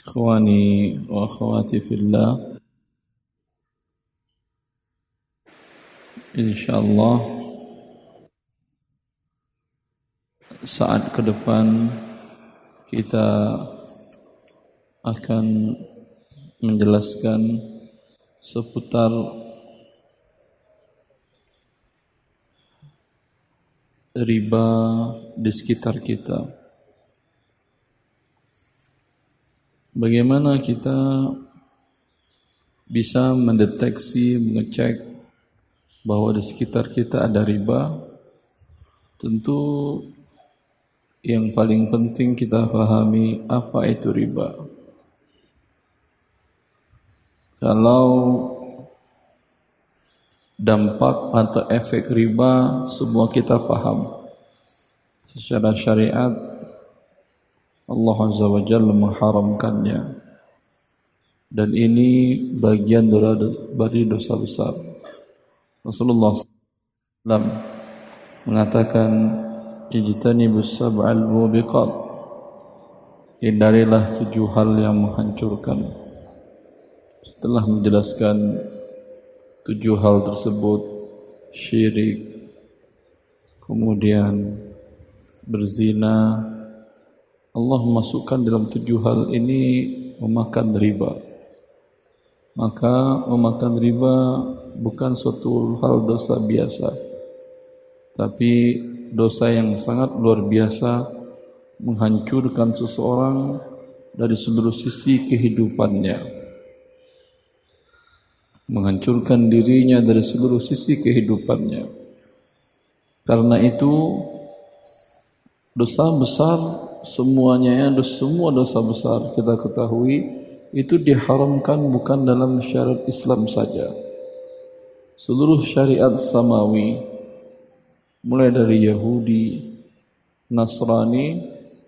Ikhwani wa akhwati fillah, insyaallah saat ke depan kita akan menjelaskan seputar riba di sekitar kita. Bagaimana kita bisa mendeteksi, mengecek bahwa di sekitar kita ada riba? Tentu yang paling penting kita pahami apa itu riba. Kalau dampak atau efek riba semua kita paham. Secara syariat Allah Azza wa Jalla mengharamkannya. Dan ini bagian dari dosa besar. Rasulullah SAW mengatakan ijtanibus sab'al mubiqat, hindarilah 7 hal yang menghancurkan. Setelah menjelaskan 7 hal tersebut, syirik, kemudian berzina, Allah memasukkan dalam 7 hal ini memakan riba. Maka memakan riba bukan suatu hal dosa biasa, tapi dosa yang sangat luar biasa, menghancurkan seseorang dari seluruh sisi kehidupannya, menghancurkan dirinya dari seluruh sisi kehidupannya. Karena itu dosa besar semuanya, semua dosa besar kita ketahui itu diharamkan bukan dalam syariat Islam saja. Seluruh syariat samawi, mulai dari Yahudi, Nasrani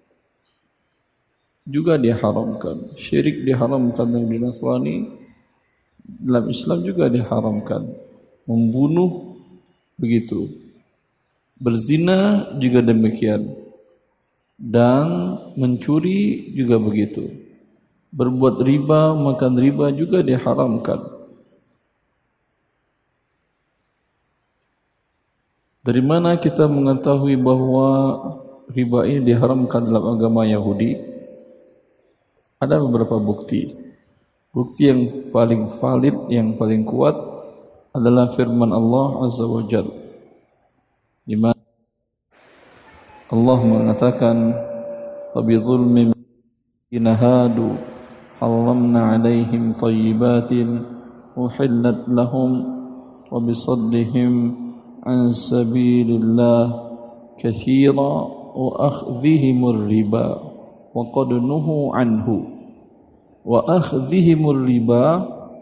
juga diharamkan. Syirik diharamkan di Nasrani, dalam Islam juga diharamkan. Membunuh begitu. Berzina juga demikian. Dan mencuri juga begitu. Berbuat riba, makan riba juga diharamkan. Dari mana kita mengetahui bahwa riba ini diharamkan dalam agama Yahudi? Ada beberapa bukti. Bukti yang paling valid, yang paling kuat adalah firman Allah Azza wa Jalla, di mana Allah mengatakan, "Fabidzulmin inahadu haramna 'alaihim thayyibatin uhillat lahum wa bisaddihim an sabilillah katsira wa akhdhihimur riba wa qad nuhu anhu." Wa akhdhihimur riba,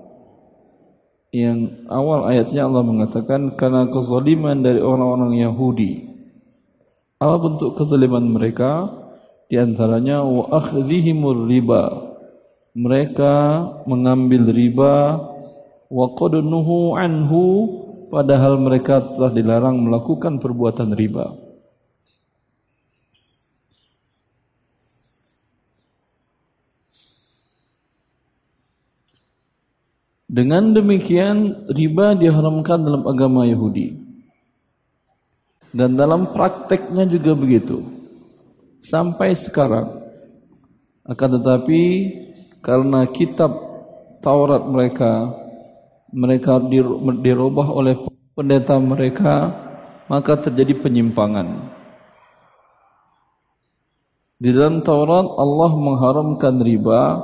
yang awal ayatnya Allah mengatakan karena kezaliman dari orang-orang Yahudi. Apa bentuk kezaliman mereka? Di antaranya wa akhdhihimur riba, mereka mengambil riba, wa qad nuhu anhu, padahal mereka telah dilarang melakukan perbuatan riba. Dengan demikian riba diharamkan dalam agama Yahudi. Dan dalam prakteknya juga begitu. Sampai sekarang. Akan tetapi karena kitab Taurat mereka dirubah oleh pendeta mereka, maka terjadi penyimpangan. Di dalam Taurat Allah mengharamkan riba,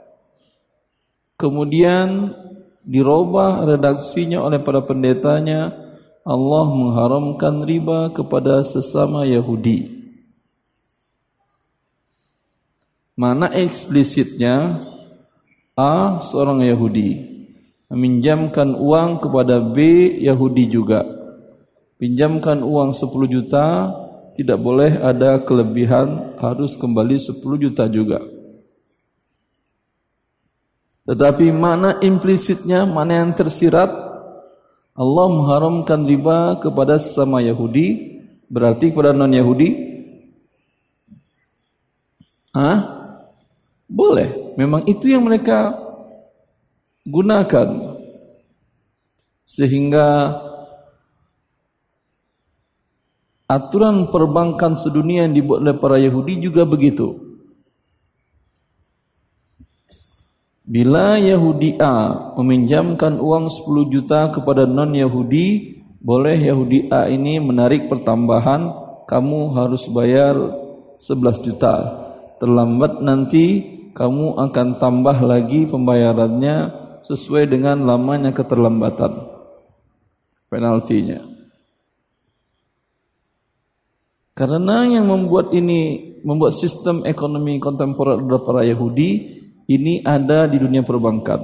kemudian dirubah redaksinya oleh para pendetanya, Allah mengharamkan riba kepada sesama Yahudi. Mana eksplisitnya? A, seorang Yahudi meminjamkan uang kepada B, Yahudi juga. Pinjamkan uang 10 juta, tidak boleh ada kelebihan, harus kembali 10 juta juga. Tetapi mana implisitnya, mana yang tersirat? Allah mengharamkan riba kepada sesama Yahudi, berarti kepada non-Yahudi? Boleh, memang itu yang mereka gunakan. Sehingga aturan perbankan sedunia yang dibuat oleh para Yahudi juga begitu. Bila Yahudi A meminjamkan uang 10 juta kepada non-Yahudi, boleh Yahudi A ini menarik pertambahan, kamu harus bayar 11 juta. Terlambat nanti kamu akan tambah lagi pembayarannya sesuai dengan lamanya keterlambatan. Penaltinya. Karena yang membuat sistem ekonomi kontemporer adalah para Yahudi, ini ada di dunia perbankan.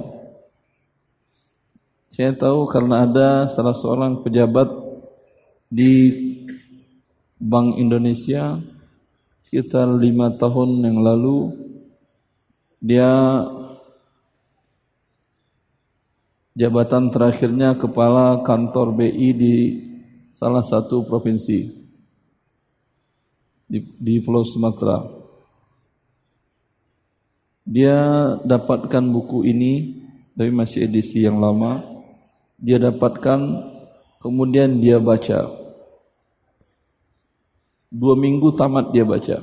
Saya tahu karena ada salah seorang pejabat di Bank Indonesia sekitar 5 tahun yang lalu, dia jabatan terakhirnya kepala kantor BI di salah satu provinsi di Pulau Sumatera. Dia dapatkan buku ini, tapi masih edisi yang lama. Dia dapatkan, kemudian dia baca. 2 minggu tamat dia baca.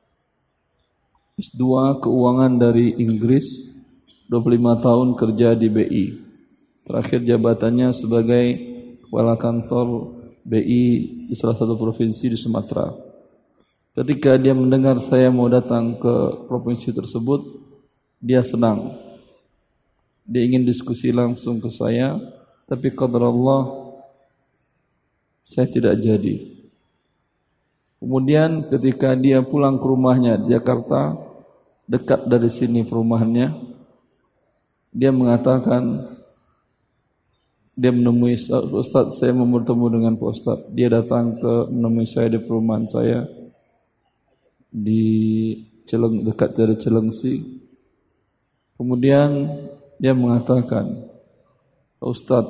S2 keuangan dari Inggris, 25 tahun kerja di BI. Terakhir jabatannya sebagai kepala kantor BI di salah satu provinsi di Sumatera. Ketika dia mendengar saya mau datang ke provinsi tersebut, dia senang. Dia ingin diskusi langsung ke saya, tapi qadar Allah saya tidak jadi. Kemudian ketika dia pulang ke rumahnya di Jakarta, dekat dari sini perumahannya, dia mengatakan, dia menemui Ustaz, saya mau bertemu dengan Pak Ustaz. Dia datang menemui saya di perumahan saya di dekat dari Cilengsi. Kemudian dia mengatakan, Pak Ustaz,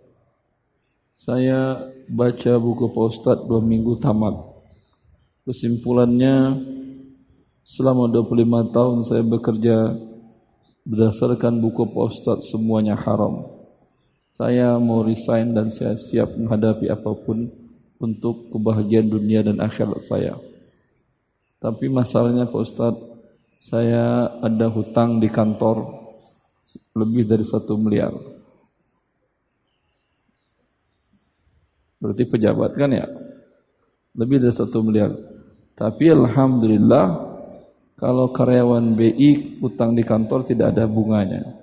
saya baca buku Pak Ustaz 2 minggu tamat. Kesimpulannya, selama 25 tahun saya bekerja berdasarkan buku Pak Ustaz semuanya haram. Saya mau resign dan saya siap menghadapi apapun untuk kebahagiaan dunia dan akhirat saya. Tapi masalahnya Pak Ustaz, saya ada hutang di kantor lebih dari 1 miliar. Berarti pejabat kan ya? Lebih dari 1 miliar. Tapi alhamdulillah, kalau karyawan BI hutang di kantor tidak ada bunganya.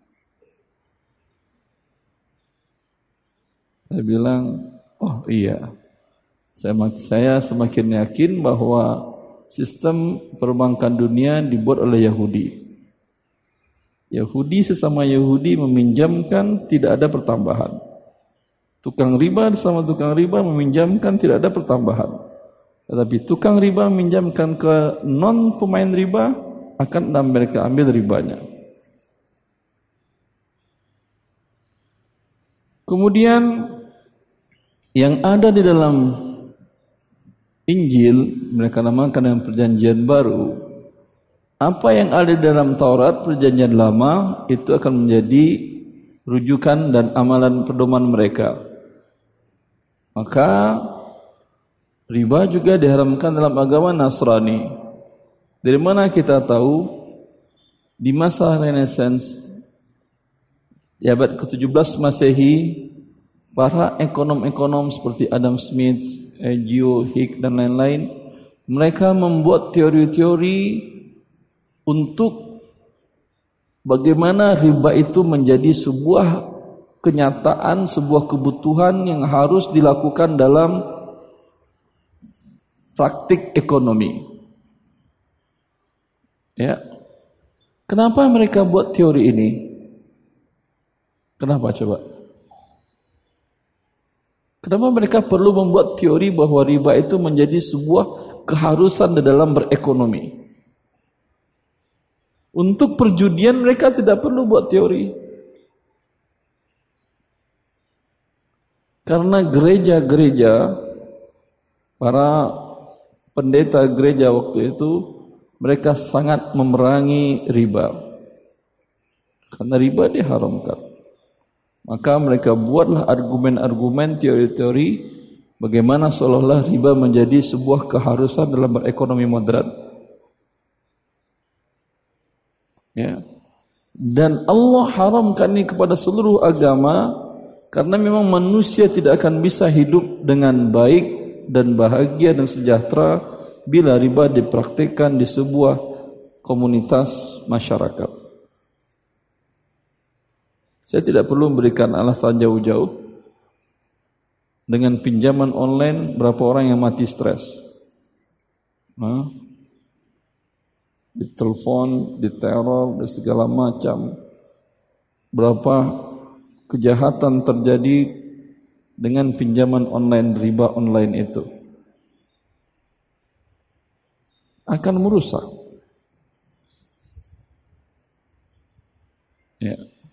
Saya bilang, oh iya, saya semakin yakin bahwa sistem perbankan dunia dibuat oleh Yahudi. Yahudi sesama Yahudi meminjamkan tidak ada pertambahan. Tukang riba sama tukang riba meminjamkan tidak ada pertambahan. Tetapi tukang riba meminjamkan ke non pemain riba, akan mereka ambil ribanya. Kemudian yang ada di dalam Injil, mereka namakan dengan perjanjian baru. Apa yang ada di dalam Taurat, perjanjian lama, itu akan menjadi rujukan dan amalan pedoman mereka. Maka riba juga diharamkan dalam agama Nasrani. Dari mana kita tahu? Di masa Renaissance, di abad ke-17 Masehi, para ekonom-ekonom seperti Adam Smith, Geo Hick dan lain-lain, mereka membuat teori-teori untuk bagaimana riba itu menjadi sebuah kenyataan, sebuah kebutuhan yang harus dilakukan dalam praktik ekonomi. Ya. Kenapa mereka buat teori ini? Kenapa coba? Kenapa mereka perlu membuat teori bahwa riba itu menjadi sebuah keharusan di dalam berekonomi? Untuk perjudian mereka tidak perlu buat teori. Karena gereja-gereja, para pendeta gereja waktu itu, mereka sangat memerangi riba. karena riba diharamkan. Maka mereka buatlah argumen-argumen, teori-teori bagaimana seolah-olah riba menjadi sebuah keharusan dalam berekonomi modern. Ya. Dan Allah haramkan ini kepada seluruh agama karena memang manusia tidak akan bisa hidup dengan baik dan bahagia dan sejahtera bila riba dipraktikkan di sebuah komunitas masyarakat. Saya tidak perlu memberikan alasan jauh-jauh. Dengan pinjaman online berapa orang yang mati stres? Ditelepon, diteror, dan segala macam. Berapa kejahatan terjadi dengan pinjaman online, riba online itu. Akan merusak. Ya.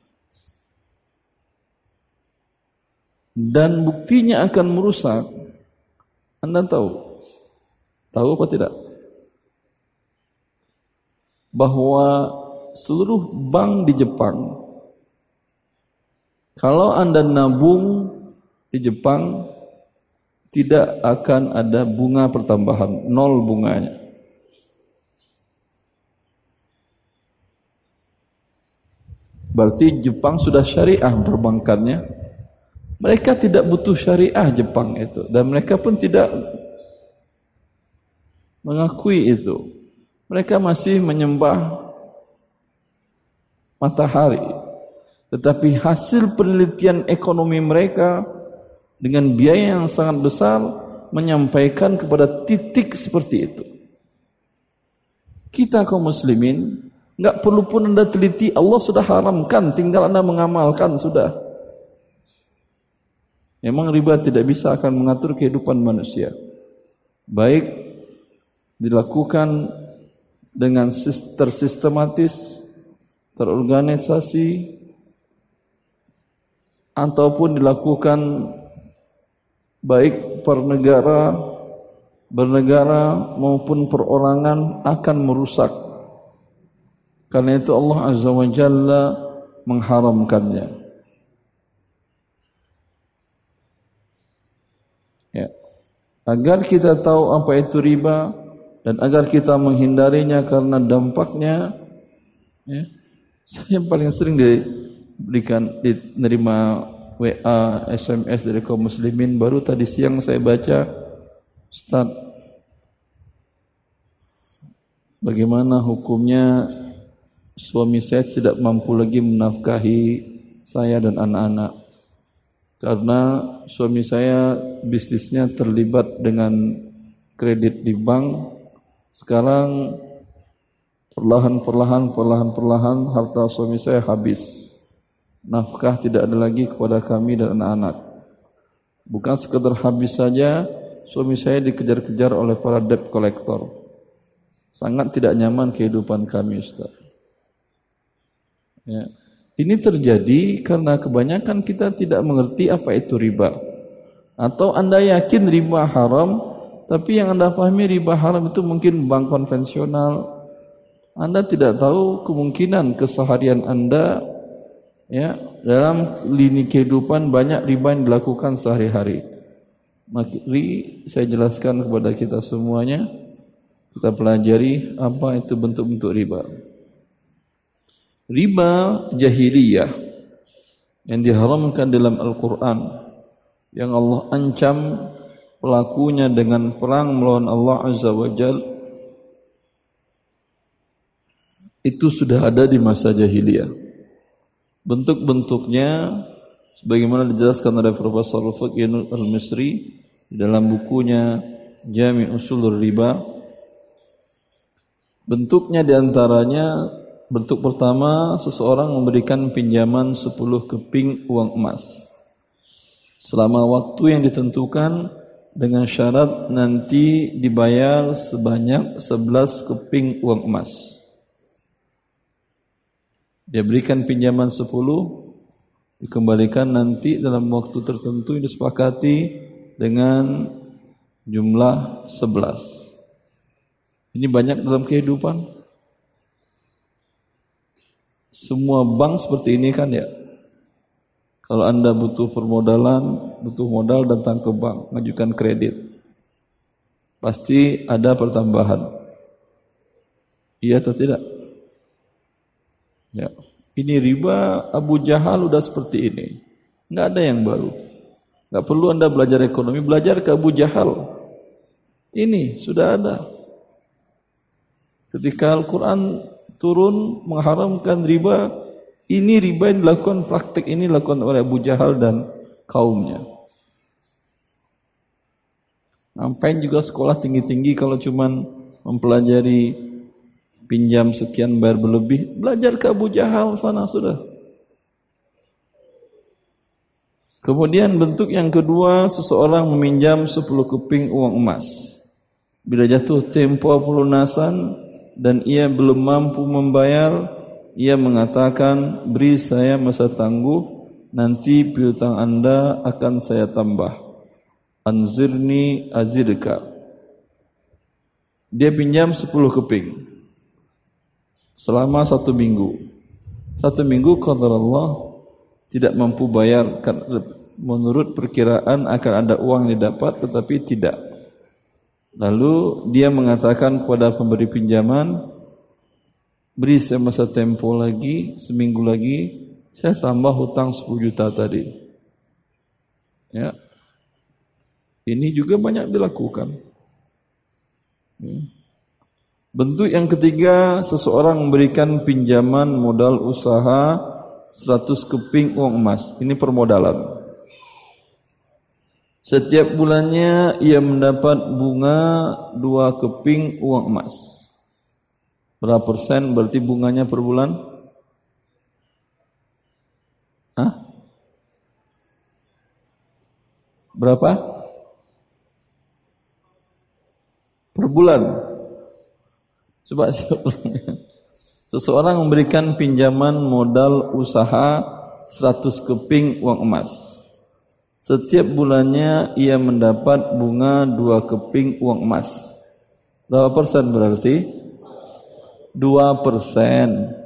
Dan buktinya akan merusak. Anda tahu? Tahu apa tidak? Bahwa seluruh bank di Jepang, kalau Anda nabung di Jepang, tidak akan ada bunga pertambahan, nol bunganya. Berarti Jepang sudah syariah perbankannya. Mereka tidak butuh syariah Jepang itu, dan mereka pun tidak mengakui itu. Mereka masih menyembah matahari. Tetapi hasil penelitian ekonomi mereka dengan biaya yang sangat besar menyampaikan kepada titik seperti itu. Kita kaum muslimin enggak perlu pun Anda teliti, Allah sudah haramkan, tinggal Anda mengamalkan sudah. Memang riba tidak bisa akan mengatur kehidupan manusia. Baik dilakukan dengan tersistematis, terorganisasi, ataupun dilakukan baik per negara, bernegara maupun perorangan akan merusak. Karena itu Allah Azza wa Jalla mengharamkannya. Ya. Agar kita tahu apa itu riba dan agar kita menghindarinya karena dampaknya, ya, saya paling sering menerima WA, SMS dari kaum muslimin. Baru tadi siang saya baca, Ustaz, bagaimana hukumnya suami saya tidak mampu lagi menafkahi saya dan anak-anak karena suami saya bisnisnya terlibat dengan kredit di bank. Sekarang perlahan-perlahan harta suami saya habis. Nafkah tidak ada lagi kepada kami dan anak-anak. Bukan sekedar habis saja, suami saya dikejar-kejar oleh para debt collector. Sangat tidak nyaman kehidupan kami, Ustaz. Ya. Ini terjadi karena kebanyakan kita tidak mengerti apa itu riba. Atau Anda yakin riba haram, tapi yang Anda pahami riba haram itu mungkin bank konvensional. Anda tidak tahu kemungkinan keseharian Anda, ya, dalam lini kehidupan banyak riba yang dilakukan sehari-hari. Mari saya jelaskan kepada kita semuanya, kita pelajari apa itu bentuk-bentuk riba. Riba jahiliyah yang diharamkan dalam Al-Quran, yang Allah ancam pelakunya dengan perang melawan Allah Azza wa Jalla, itu sudah ada di masa jahiliyah. Bentuk-bentuknya sebagaimana dijelaskan oleh Profesor Fiqh Al-Misri dalam bukunya Jami' Ushulur Riba. Bentuknya diantaranya, bentuk pertama, seseorang memberikan pinjaman 10 keping uang emas selama waktu yang ditentukan dengan syarat nanti dibayar sebanyak 11 keping uang emas. Dia berikan pinjaman 10, dikembalikan nanti dalam waktu tertentu yang disepakati dengan jumlah 11. Ini banyak dalam kehidupan. Semua bank seperti ini kan ya. Kalau Anda butuh permodalan, butuh modal, datang ke bank, mengajukan kredit. Pasti ada pertambahan. Iya atau tidak? Ya. Ini riba, Abu Jahal udah seperti ini. Nggak ada yang baru. Nggak perlu Anda belajar ekonomi, belajar ke Abu Jahal. Ini sudah ada. Ketika Al-Quran turun mengharamkan riba, ini riba yang dilakukan, praktik ini dilakukan oleh Abu Jahal dan kaumnya. Ngapain juga sekolah tinggi-tinggi kalau cuman mempelajari pinjam sekian bayar berlebih, belajar ke Abu Jahal sana sudah. Kemudian bentuk yang kedua, seseorang meminjam 10 keping uang emas. Bila jatuh tempo pelunasan dan ia belum mampu membayar, ia mengatakan, beri saya masa tangguh, nanti piutang Anda akan saya tambah. Anzirni azirka. Dia pinjam 10 keping selama 1 minggu. 1 minggu qadarullah tidak mampu bayar, menurut perkiraan akan ada uang yang didapat, tetapi tidak. Lalu dia mengatakan kepada pemberi pinjaman, beri saya masa tempo lagi, seminggu lagi, saya tambah hutang 10 juta tadi. Ya. Ini juga banyak dilakukan. Bentuk yang ketiga, seseorang memberikan pinjaman modal usaha 100 keping uang emas. Ini permodalan. Setiap bulannya ia mendapat bunga 2 keping uang emas. Berapa persen berarti bunganya per bulan? Hah? Berapa? Per bulan. Coba seseorang memberikan pinjaman modal usaha 100 keping uang emas. Setiap bulannya ia mendapat bunga 2 keping uang emas. Berapa persen berarti? 2%.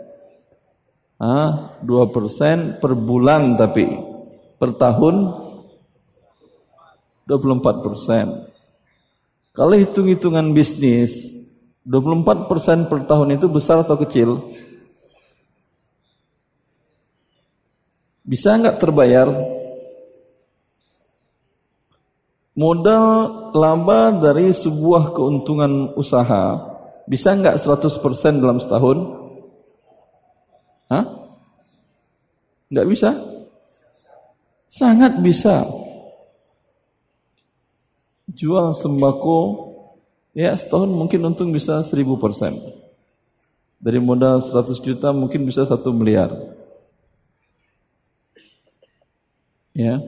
2% per bulan, tapi per tahun 24%. Kalau hitung-hitungan bisnis, 24% per tahun itu besar atau kecil? Bisa enggak terbayar? Modal laba dari sebuah keuntungan usaha bisa enggak 100% dalam setahun? Enggak bisa? Sangat bisa. Jual sembako, ya setahun mungkin untung bisa 1000%. Dari modal 100 juta mungkin bisa 1 miliar. Ya.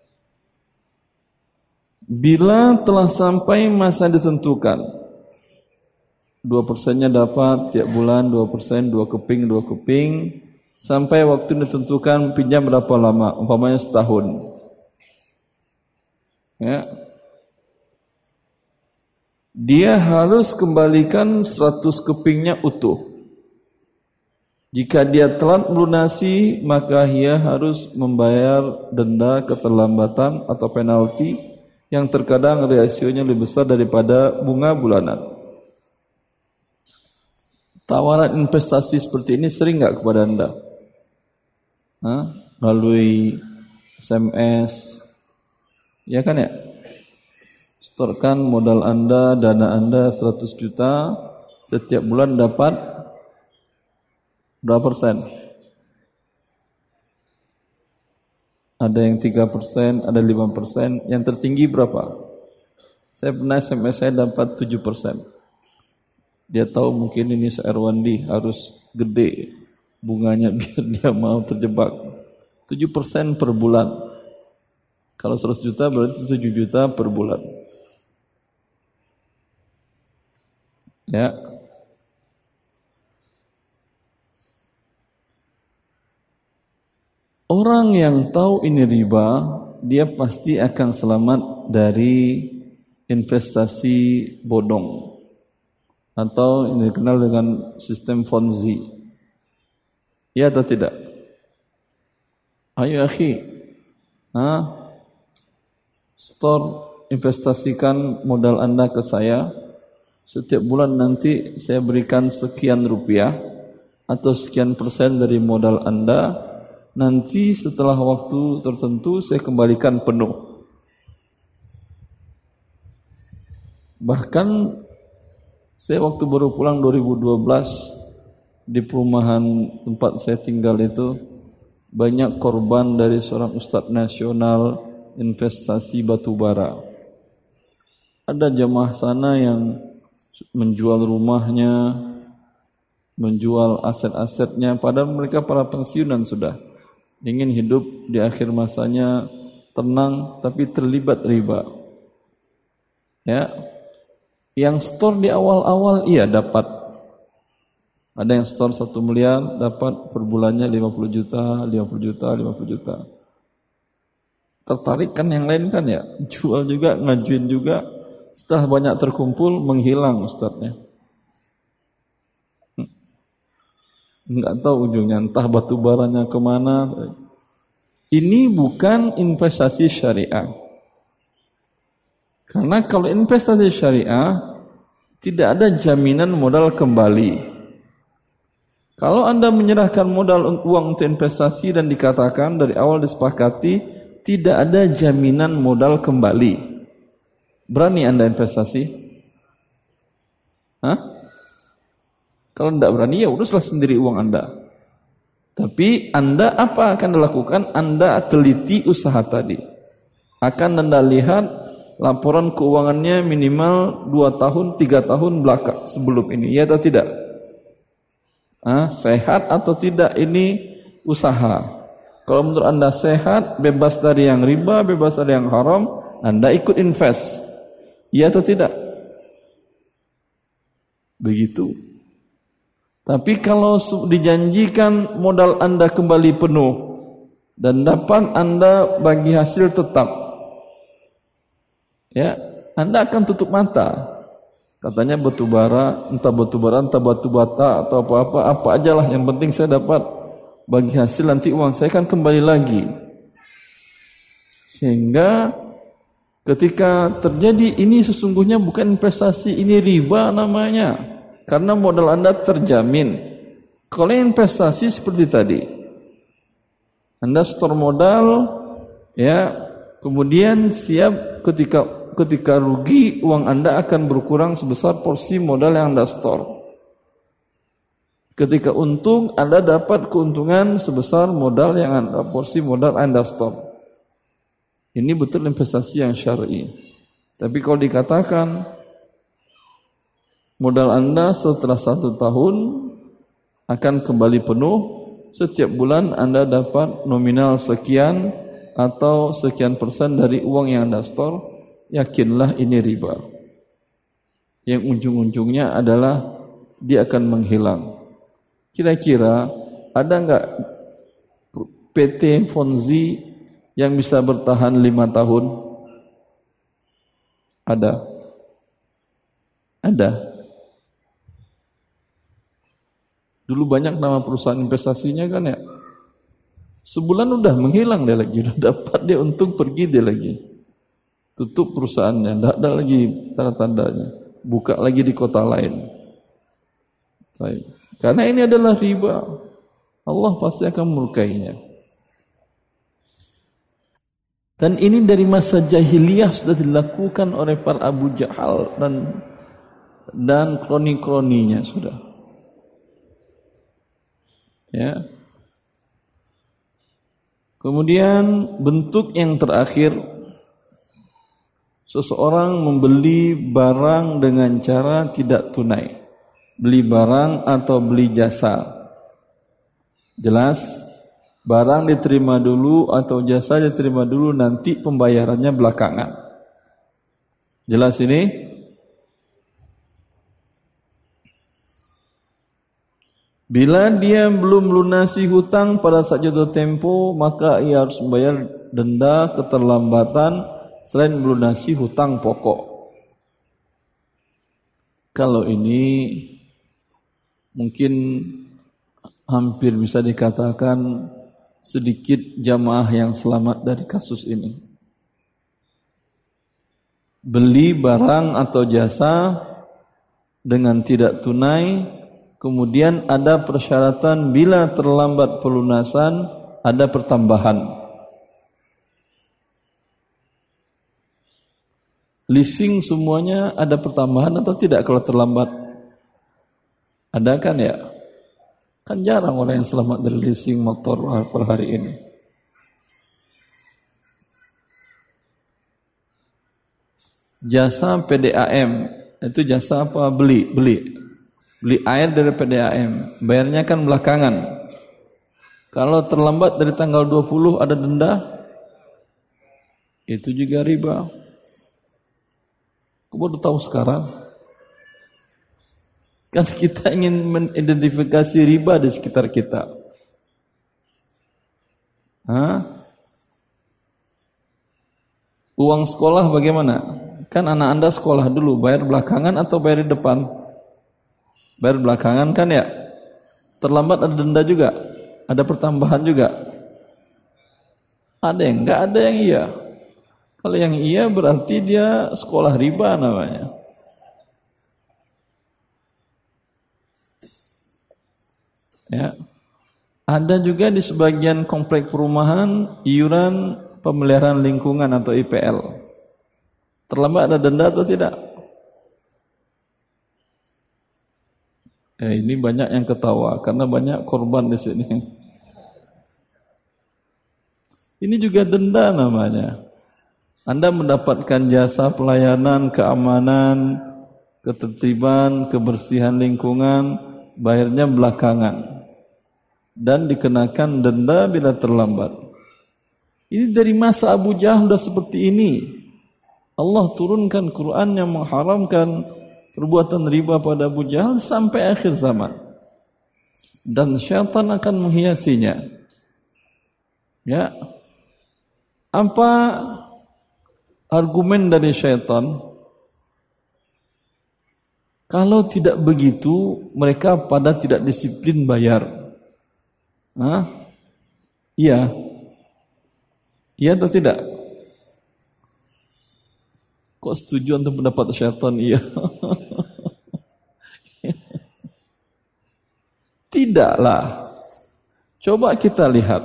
Bila telah sampai masa ditentukan, 2%-nya dapat tiap bulan 2%, 2 keping, sampai waktu ditentukan pinjam berapa lama, umpamanya setahun. Ya. Dia harus kembalikan 100 kepingnya utuh. Jika dia telat melunasi, maka ia harus membayar denda keterlambatan atau penalti yang terkadang rasionya lebih besar daripada bunga bulanan. Tawaran investasi seperti ini sering enggak kepada Anda? Melalui SMS, ya kan ya? Setorkan modal Anda, dana Anda 100 juta, setiap bulan dapat berapa persen? Ada yang 3%, ada 5%, yang tertinggi berapa? Saya pernah SMS saya dapat 7%. Dia tahu mungkin ini Erwandi harus gede bunganya biar dia mau terjebak. 7% per bulan. Kalau 100 juta berarti 7 juta per bulan. Ya. Orang yang tahu ini riba, dia pasti akan selamat dari investasi bodong atau ini dikenal dengan sistem Ponzi. Ya atau tidak? Ayo akhi, store investasikan modal Anda ke saya. Setiap bulan nanti saya berikan sekian rupiah atau sekian persen dari modal Anda. Nanti setelah waktu tertentu saya kembalikan penuh. Bahkan saya waktu baru pulang 2012 di perumahan tempat saya tinggal itu banyak korban dari seorang ustadz nasional investasi batu bara. Ada jamaah sana yang menjual rumahnya, menjual aset-asetnya, padahal mereka para pensiunan sudah, ingin hidup di akhir masanya tenang, tapi terlibat riba. Ya, yang store di awal-awal iya dapat. Ada yang store 1 miliar dapat per bulannya 50 juta, 50 juta, 50 juta. Tertarik kan yang lain kan ya, jual juga, ngajuin juga. Setelah banyak terkumpul menghilang ustadznya. Enggak tahu ujungnya, entah batu baranya kemana. Ini bukan investasi syariah. Karena kalau investasi syariah tidak ada jaminan modal kembali. Kalau Anda menyerahkan modal uang untuk investasi dan dikatakan dari awal disepakati tidak ada jaminan modal kembali, berani Anda investasi? Kalau tidak berani ya uruslah sendiri uang Anda. Tapi Anda apa akan dilakukan? Anda teliti usaha tadi. Akan Anda lihat laporan keuangannya minimal 2 tahun, 3 tahun belakang sebelum ini. Ya atau tidak? Sehat atau tidak ini usaha. Kalau menurut Anda sehat, bebas dari yang riba, bebas dari yang haram, Anda ikut invest. Ya atau tidak? Begitu. Tapi kalau dijanjikan modal Anda kembali penuh dan dapat Anda bagi hasil tetap, ya, Anda akan tutup mata. Katanya batu bara, entah batu bata atau apa ajalah, yang penting saya dapat bagi hasil, nanti uang saya akan kembali lagi. Sehingga ketika terjadi ini sesungguhnya bukan investasi, ini riba namanya. Karena modal Anda terjamin. Kalau investasi seperti tadi, Anda store modal, ya, kemudian siap ketika rugi uang Anda akan berkurang sebesar porsi modal yang Anda store. Ketika untung Anda dapat keuntungan sebesar modal yang Anda, porsi modal Anda store. Ini betul investasi yang syar'i. Tapi kalau dikatakan modal Anda setelah 1 tahun akan kembali penuh, setiap bulan Anda dapat nominal sekian atau sekian persen dari uang yang Anda store, yakinlah ini riba. Yang ujung-ujungnya adalah dia akan menghilang. Kira-kira ada enggak PT Fonzi yang bisa bertahan 5 tahun? Ada. Dulu banyak nama perusahaan investasinya kan ya. Sebulan udah menghilang dia lagi, udah dapat dia untung pergi dia lagi. Tutup perusahaannya, tidak ada lagi tanda-tandanya. Buka lagi di kota lain. Baik. Karena ini adalah riba. Allah pasti akan murkainya. Dan ini dari masa jahiliyah sudah dilakukan oleh para Abu Jahal dan kroni-kroninya sudah. Ya. Kemudian bentuk yang terakhir, seseorang membeli barang dengan cara tidak tunai. Beli barang atau beli jasa. Jelas, barang diterima dulu atau jasa diterima dulu, nanti pembayarannya belakangan. Jelas ini? Bila dia belum lunasi hutang pada saat jatuh tempo, maka ia harus membayar denda keterlambatan selain melunasi hutang pokok. Kalau ini mungkin hampir bisa dikatakan sedikit jamaah yang selamat dari kasus ini. Beli barang atau jasa dengan tidak tunai, kemudian ada persyaratan bila terlambat pelunasan ada pertambahan. Leasing semuanya ada pertambahan atau tidak kalau terlambat? Ada kan ya? Kan jarang orang yang selamat dari leasing motor per hari ini. Jasa PDAM, itu jasa apa? Beli air dari PDAM, bayarnya kan belakangan. Kalau terlambat dari tanggal 20 ada denda, itu juga riba. Kau baru tahu sekarang? Kan kita ingin mengidentifikasi riba di sekitar kita. Uang sekolah bagaimana? Kan anak Anda sekolah dulu, bayar belakangan atau bayar di depan? Bayar belakangan kan ya? Terlambat ada denda juga? Ada pertambahan juga? Ada yang enggak, ada yang iya. Kalau yang iya berarti dia sekolah riba namanya. Ya. Ada juga di sebagian komplek perumahan iuran pemeliharaan lingkungan atau IPL. Terlambat ada denda atau tidak? Ini banyak yang ketawa karena banyak korban di sini. Ini juga denda namanya. Anda mendapatkan jasa pelayanan, keamanan, ketertiban, kebersihan lingkungan, bayarnya belakangan. Dan dikenakan denda bila terlambat. Ini dari masa Abu Jahal sudah seperti ini. Allah turunkan Quran yang mengharamkan perbuatan riba pada Abu Jahal sampai akhir zaman. Dan syaitan akan menghiasinya. Ya. Apa argumen dari syaitan? Kalau tidak begitu, mereka pada tidak disiplin bayar. Iya. Iya atau tidak? Kok setuju untuk pendapat syaitan? Iya. Tidaklah. Coba kita lihat.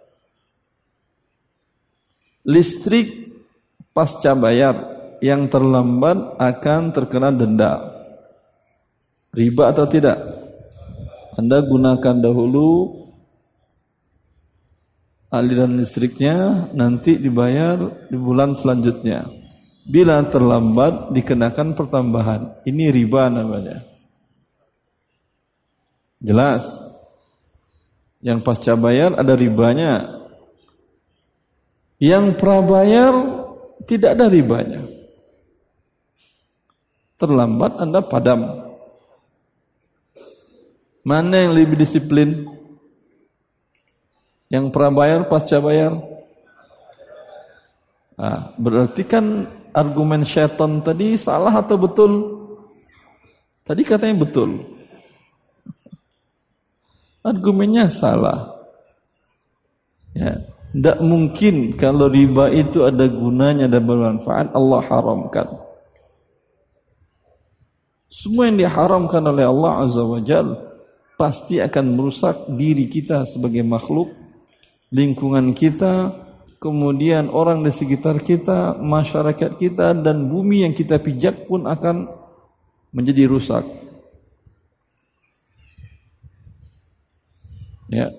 Listrik pasca bayar yang terlambat akan terkena denda. Riba atau tidak? Anda gunakan dahulu aliran listriknya, nanti dibayar di bulan selanjutnya. Bila terlambat dikenakan pertambahan. Ini riba namanya. Jelas. Yang pasca bayar ada ribanya. Yang prabayar tidak ada ribanya. Terlambat Anda padam. Mana yang lebih disiplin? Yang prabayar, pasca bayar? Berarti kan argumen syaitan tadi salah atau betul? Tadi katanya betul. Argumennya salah. Ya, tidak mungkin kalau riba itu ada gunanya dan bermanfaat, Allah haramkan. Semua yang diharamkan oleh Allah Azza wa Jalla pasti akan merusak diri kita sebagai makhluk, lingkungan kita, kemudian orang di sekitar kita, masyarakat kita, dan bumi yang kita pijak pun akan menjadi rusak. Ya.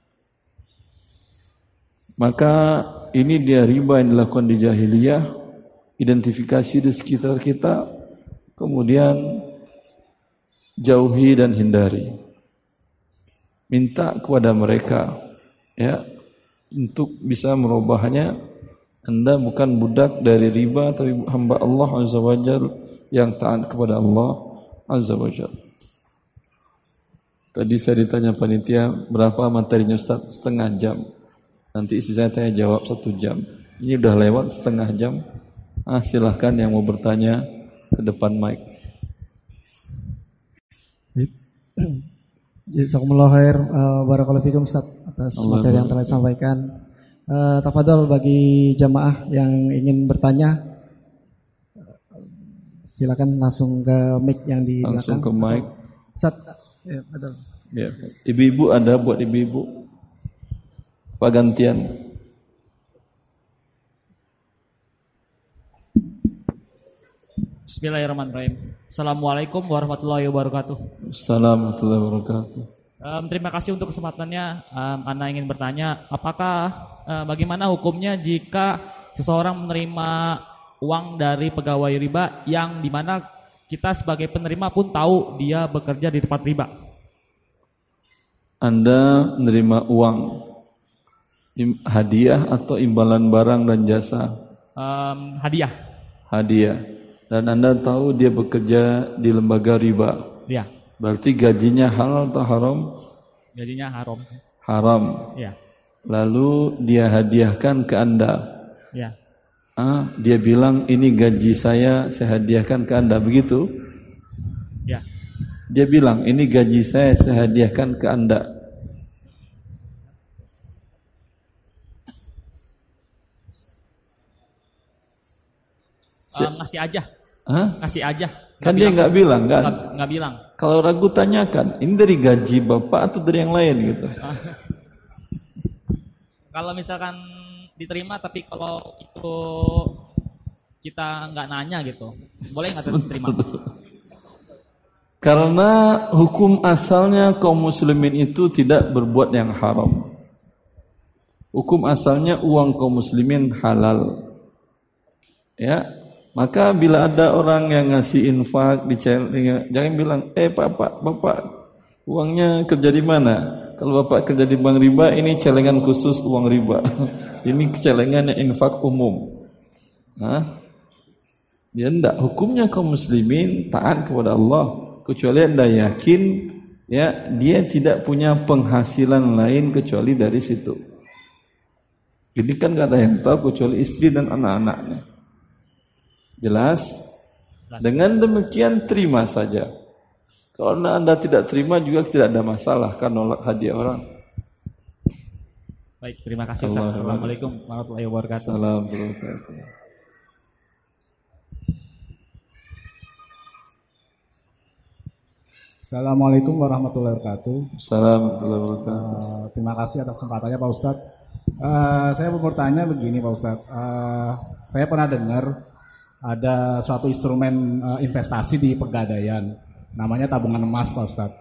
Maka ini dia riba yang dilakukan di jahiliyah, identifikasi di sekitar kita, kemudian jauhi dan hindari. Minta kepada mereka, ya, untuk bisa merubahnya. Anda bukan budak dari riba, tapi hamba Allah Azza wa Jalla yang taat kepada Allah Azza wa Jalla. Tadi saya ditanya panitia, berapa materinya Ustaz? Setengah jam. Nanti isi saya tanya jawab 1 jam. Ini udah lewat setengah jam. Silahkan yang mau bertanya ke depan mic. Jazakumullah khair, barakallahu fikum Ustaz atas materi yang telah disampaikan. Tafadhol bagi jamaah yang ingin bertanya, silakan langsung ke mic yang di belakang. Langsung ke mic. Ustaz, ya, betul. Ya. Ibu-ibu ada buat ibu-ibu. Pak gantian. Bismillahirrahmanirrahim. Assalamualaikum warahmatullahi wabarakatuh. Assalamualaikum warahmatullahi wabarakatuh. Terima kasih untuk kesempatannya. Anda ingin bertanya, apakah bagaimana hukumnya jika seseorang menerima uang dari pegawai riba yang dimana kita sebagai penerima pun tahu dia bekerja di tempat riba? Anda menerima uang hadiah atau imbalan barang dan jasa? Hadiah. Hadiah. Dan Anda tahu dia bekerja di lembaga riba. Ya. Berarti gajinya halal atau haram? Gajinya haram. Haram. Ya. Lalu dia hadiahkan ke Anda. Ya. Dia bilang ini gaji saya hadiahkan ke Anda, begitu? Ya. Dia bilang ini gaji saya hadiahkan ke Anda. Ngasih aja. Ngasih aja. Kan dia nggak bilang kan? Nggak bilang. Kalau ragu tanyakan, ini dari gaji bapak atau dari yang lain gitu? Kalau misalkan diterima, tapi kalau itu kita nggak nanya gitu, boleh nggak diterima? Karena hukum asalnya kaum muslimin itu tidak berbuat yang haram. Hukum asalnya uang kaum muslimin halal. Ya, maka bila ada orang yang ngasih infak jangan bilang, bapak uangnya kerja di mana? Kalau bapak kerja di bank riba, ini celengan khusus uang riba. Ini celengan yang infak umum. Ya enggak, hukumnya kaum muslimin taat kepada Allah. Kecuali Anda yakin ya dia tidak punya penghasilan lain kecuali dari situ. Ini kan gak ada yang tahu kecuali istri dan anak-anaknya. Jelas? Dengan demikian terima saja. Kalau Anda tidak terima juga tidak ada masalah, kan nolak hadiah orang. Baik, terima kasih Ustaz. Assalamualaikum warahmatullahi wabarakatuh. Assalamualaikum. Assalamualaikum warahmatullahi wabarakatuh. Assalamualaikum warahmatullahi wabarakatuh. Terima kasih atas kesempatannya Pak Ustadz. Saya mau bertanya begini Pak Ustadz. Saya pernah dengar ada suatu instrumen investasi di Pegadaian, namanya tabungan emas Pak Ustadz.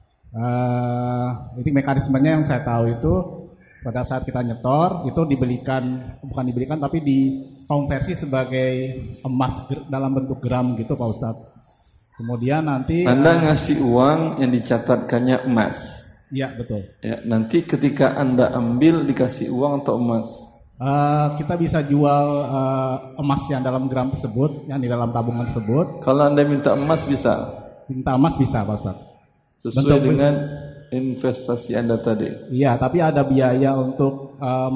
Ini mekanismenya yang saya tahu itu pada saat kita nyetor itu bukan dibelikan tapi dikonversi sebagai emas dalam bentuk gram gitu Pak Ustadz. Kemudian nanti Anda ngasih uang yang dicatatkannya emas. Iya betul. Ya, nanti ketika Anda ambil dikasih uang atau emas? Kita bisa jual emas yang dalam gram tersebut, yang di dalam tabungan tersebut. Kalau Anda minta emas bisa? Minta emas bisa Pak Ustaz. Sesuai dengan investasi Anda tadi. Iya, tapi ada biaya untuk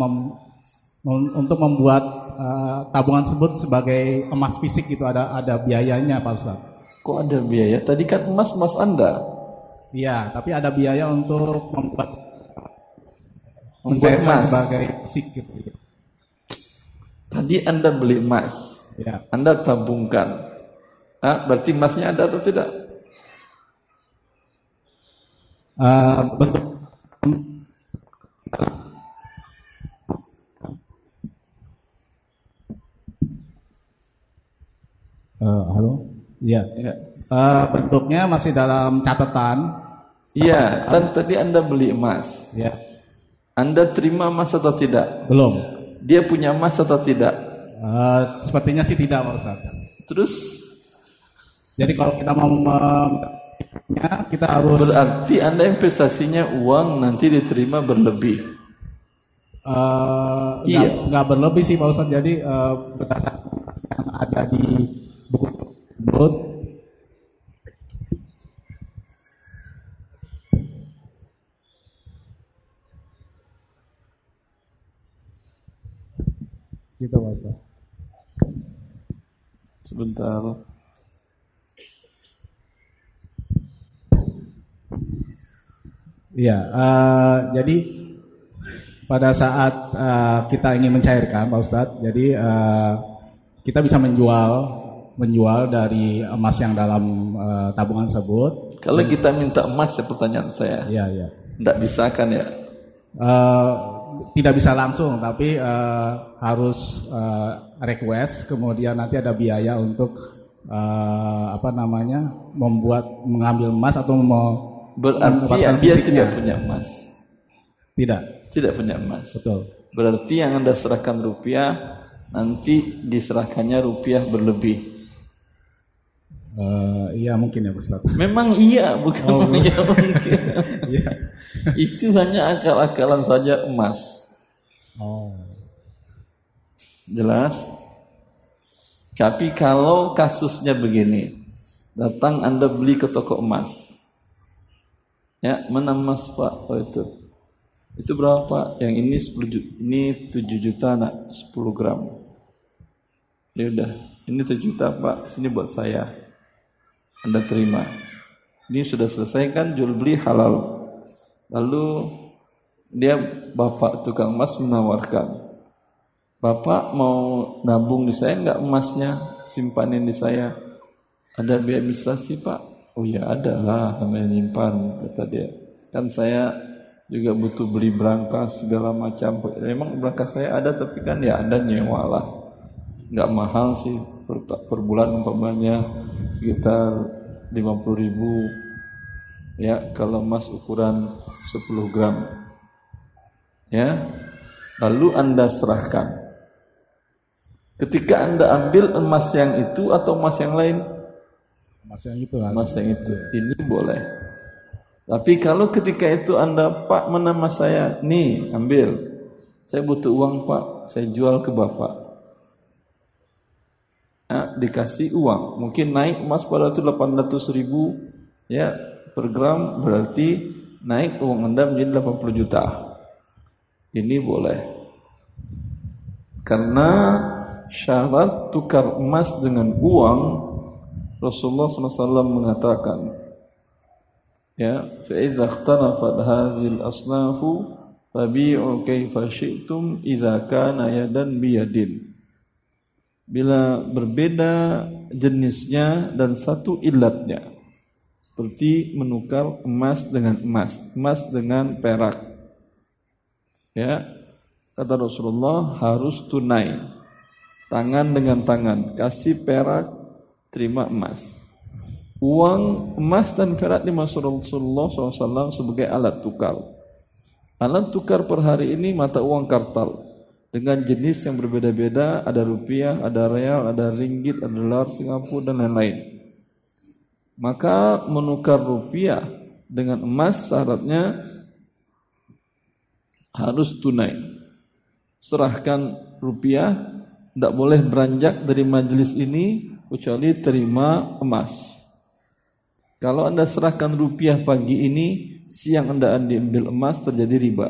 membuat tabungan tersebut sebagai emas fisik itu ada biayanya Pak Ustaz. Kok ada biaya? Tadi kan emas Anda. Iya, tapi ada biaya untuk membuat emas sebagai fisik gitu. Tadi Anda beli emas. Ya. Anda tabungkan. Berarti emasnya ada atau tidak? Bentuk halo? Iya. Ya. Bentuknya masih dalam catatan. Iya, tadi Anda beli emas. Iya. Anda terima emas atau tidak? Belum. Dia punya emas atau tidak? Sepertinya sih tidak, Pak Ustaz. Terus? Jadi kalau kita mau kita harus. Berarti Anda investasinya uang nanti diterima berlebih. Iya. Nggak berlebih sih Pak Ustaz. Jadi berdasarkan yang ada di buku tersebut. Gitu Pak Ustaz. Sebentar. Iya, jadi pada saat kita ingin mencairkan, Pak Ustadz, jadi kita bisa menjual dari emas yang dalam tabungan tersebut. Kalau kita minta emas, ya pertanyaan saya. Iya. Tidak bisa kan ya? Tidak bisa langsung, tapi harus request. Kemudian nanti ada biaya untuk mengambil emas atau berarti dia tidak punya emas. Tidak punya emas. Betul. Berarti yang Anda serahkan rupiah, nanti diserahkannya rupiah berlebih. Iya mungkin ya Ustaz. Memang iya, bukan iya mungkin. Iya. Itu hanya akal-akalan saja emas. Jelas? Tapi kalau kasusnya begini, datang Anda beli ke toko emas. Ya, mana emas Pak? Oh itu berapa Pak? Yang ini 10 juta, ini 7 juta nak, 10 gram. Ya udah, ini 7 juta Pak, sini buat saya. Anda terima. Ini sudah selesai kan, jual beli halal. Lalu dia bapak tukang emas menawarkan, Bapak mau nabung di saya enggak emasnya, simpanin di saya. Ada biaya administrasi Pak? Oh ya ada lah, namanya nyimpan, kata dia. Kan saya juga butuh beli berangkas segala macam. Memang berangkas saya ada, tapi kan ya ada nyewa lah. Enggak mahal sih, per bulan umpamanya sekitar 50.000 ya kalau emas ukuran 10 gram ya. Lalu Anda serahkan. Ketika Anda ambil emas yang itu atau emas yang lain? Emas yang itu. Emas yang itu. Ini boleh. Tapi kalau ketika itu Anda, Pak mana emas saya? Nih ambil. Saya butuh uang Pak, saya jual ke Bapak. Dikasih uang, mungkin naik emas pada itu 800.000 ya per gram, berarti naik uang Anda menjadi 80 juta. Ini boleh, karena syarat tukar emas dengan uang Rasulullah SAW mengatakan, ya, fa idza ikhtalafat hadhil asnafu fabi'u kaifa syi'tum idza kana yadan biyadin. Bila berbeda jenisnya dan satu ilatnya, seperti menukar emas dengan emas, emas dengan perak, ya, kata Rasulullah harus tunai, tangan dengan tangan, kasih perak, terima emas. Uang emas dan perak dimaksud Rasulullah SAW sebagai alat tukar. Alat tukar per hari ini mata uang kartal dengan jenis yang berbeda-beda, ada rupiah, ada real, ada ringgit, ada dolar Singapura dan lain-lain. Maka menukar rupiah dengan emas syaratnya harus tunai. Serahkan rupiah, tidak boleh beranjak dari majelis ini kecuali terima emas. Kalau Anda serahkan rupiah pagi ini, siang Anda ambil emas, terjadi riba.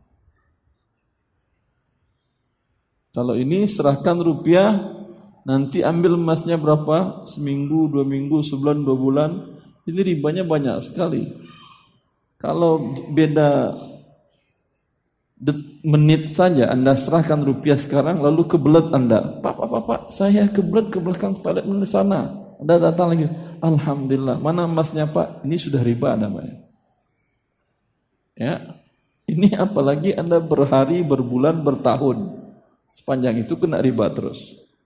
Kalau ini serahkan rupiah, nanti ambil emasnya berapa? Seminggu, 2 minggu, sebulan, 2 bulan. Ini ribanya banyak sekali. Kalau beda menit saja Anda serahkan rupiah sekarang, lalu kebelet Anda, Pak, saya kebelet ke belakang toilet di sana. Anda datang lagi, Alhamdulillah, mana emasnya Pak? Ini sudah riba namanya. Ya, ini apalagi Anda berhari, berbulan, bertahun. Sepanjang itu kena riba terus.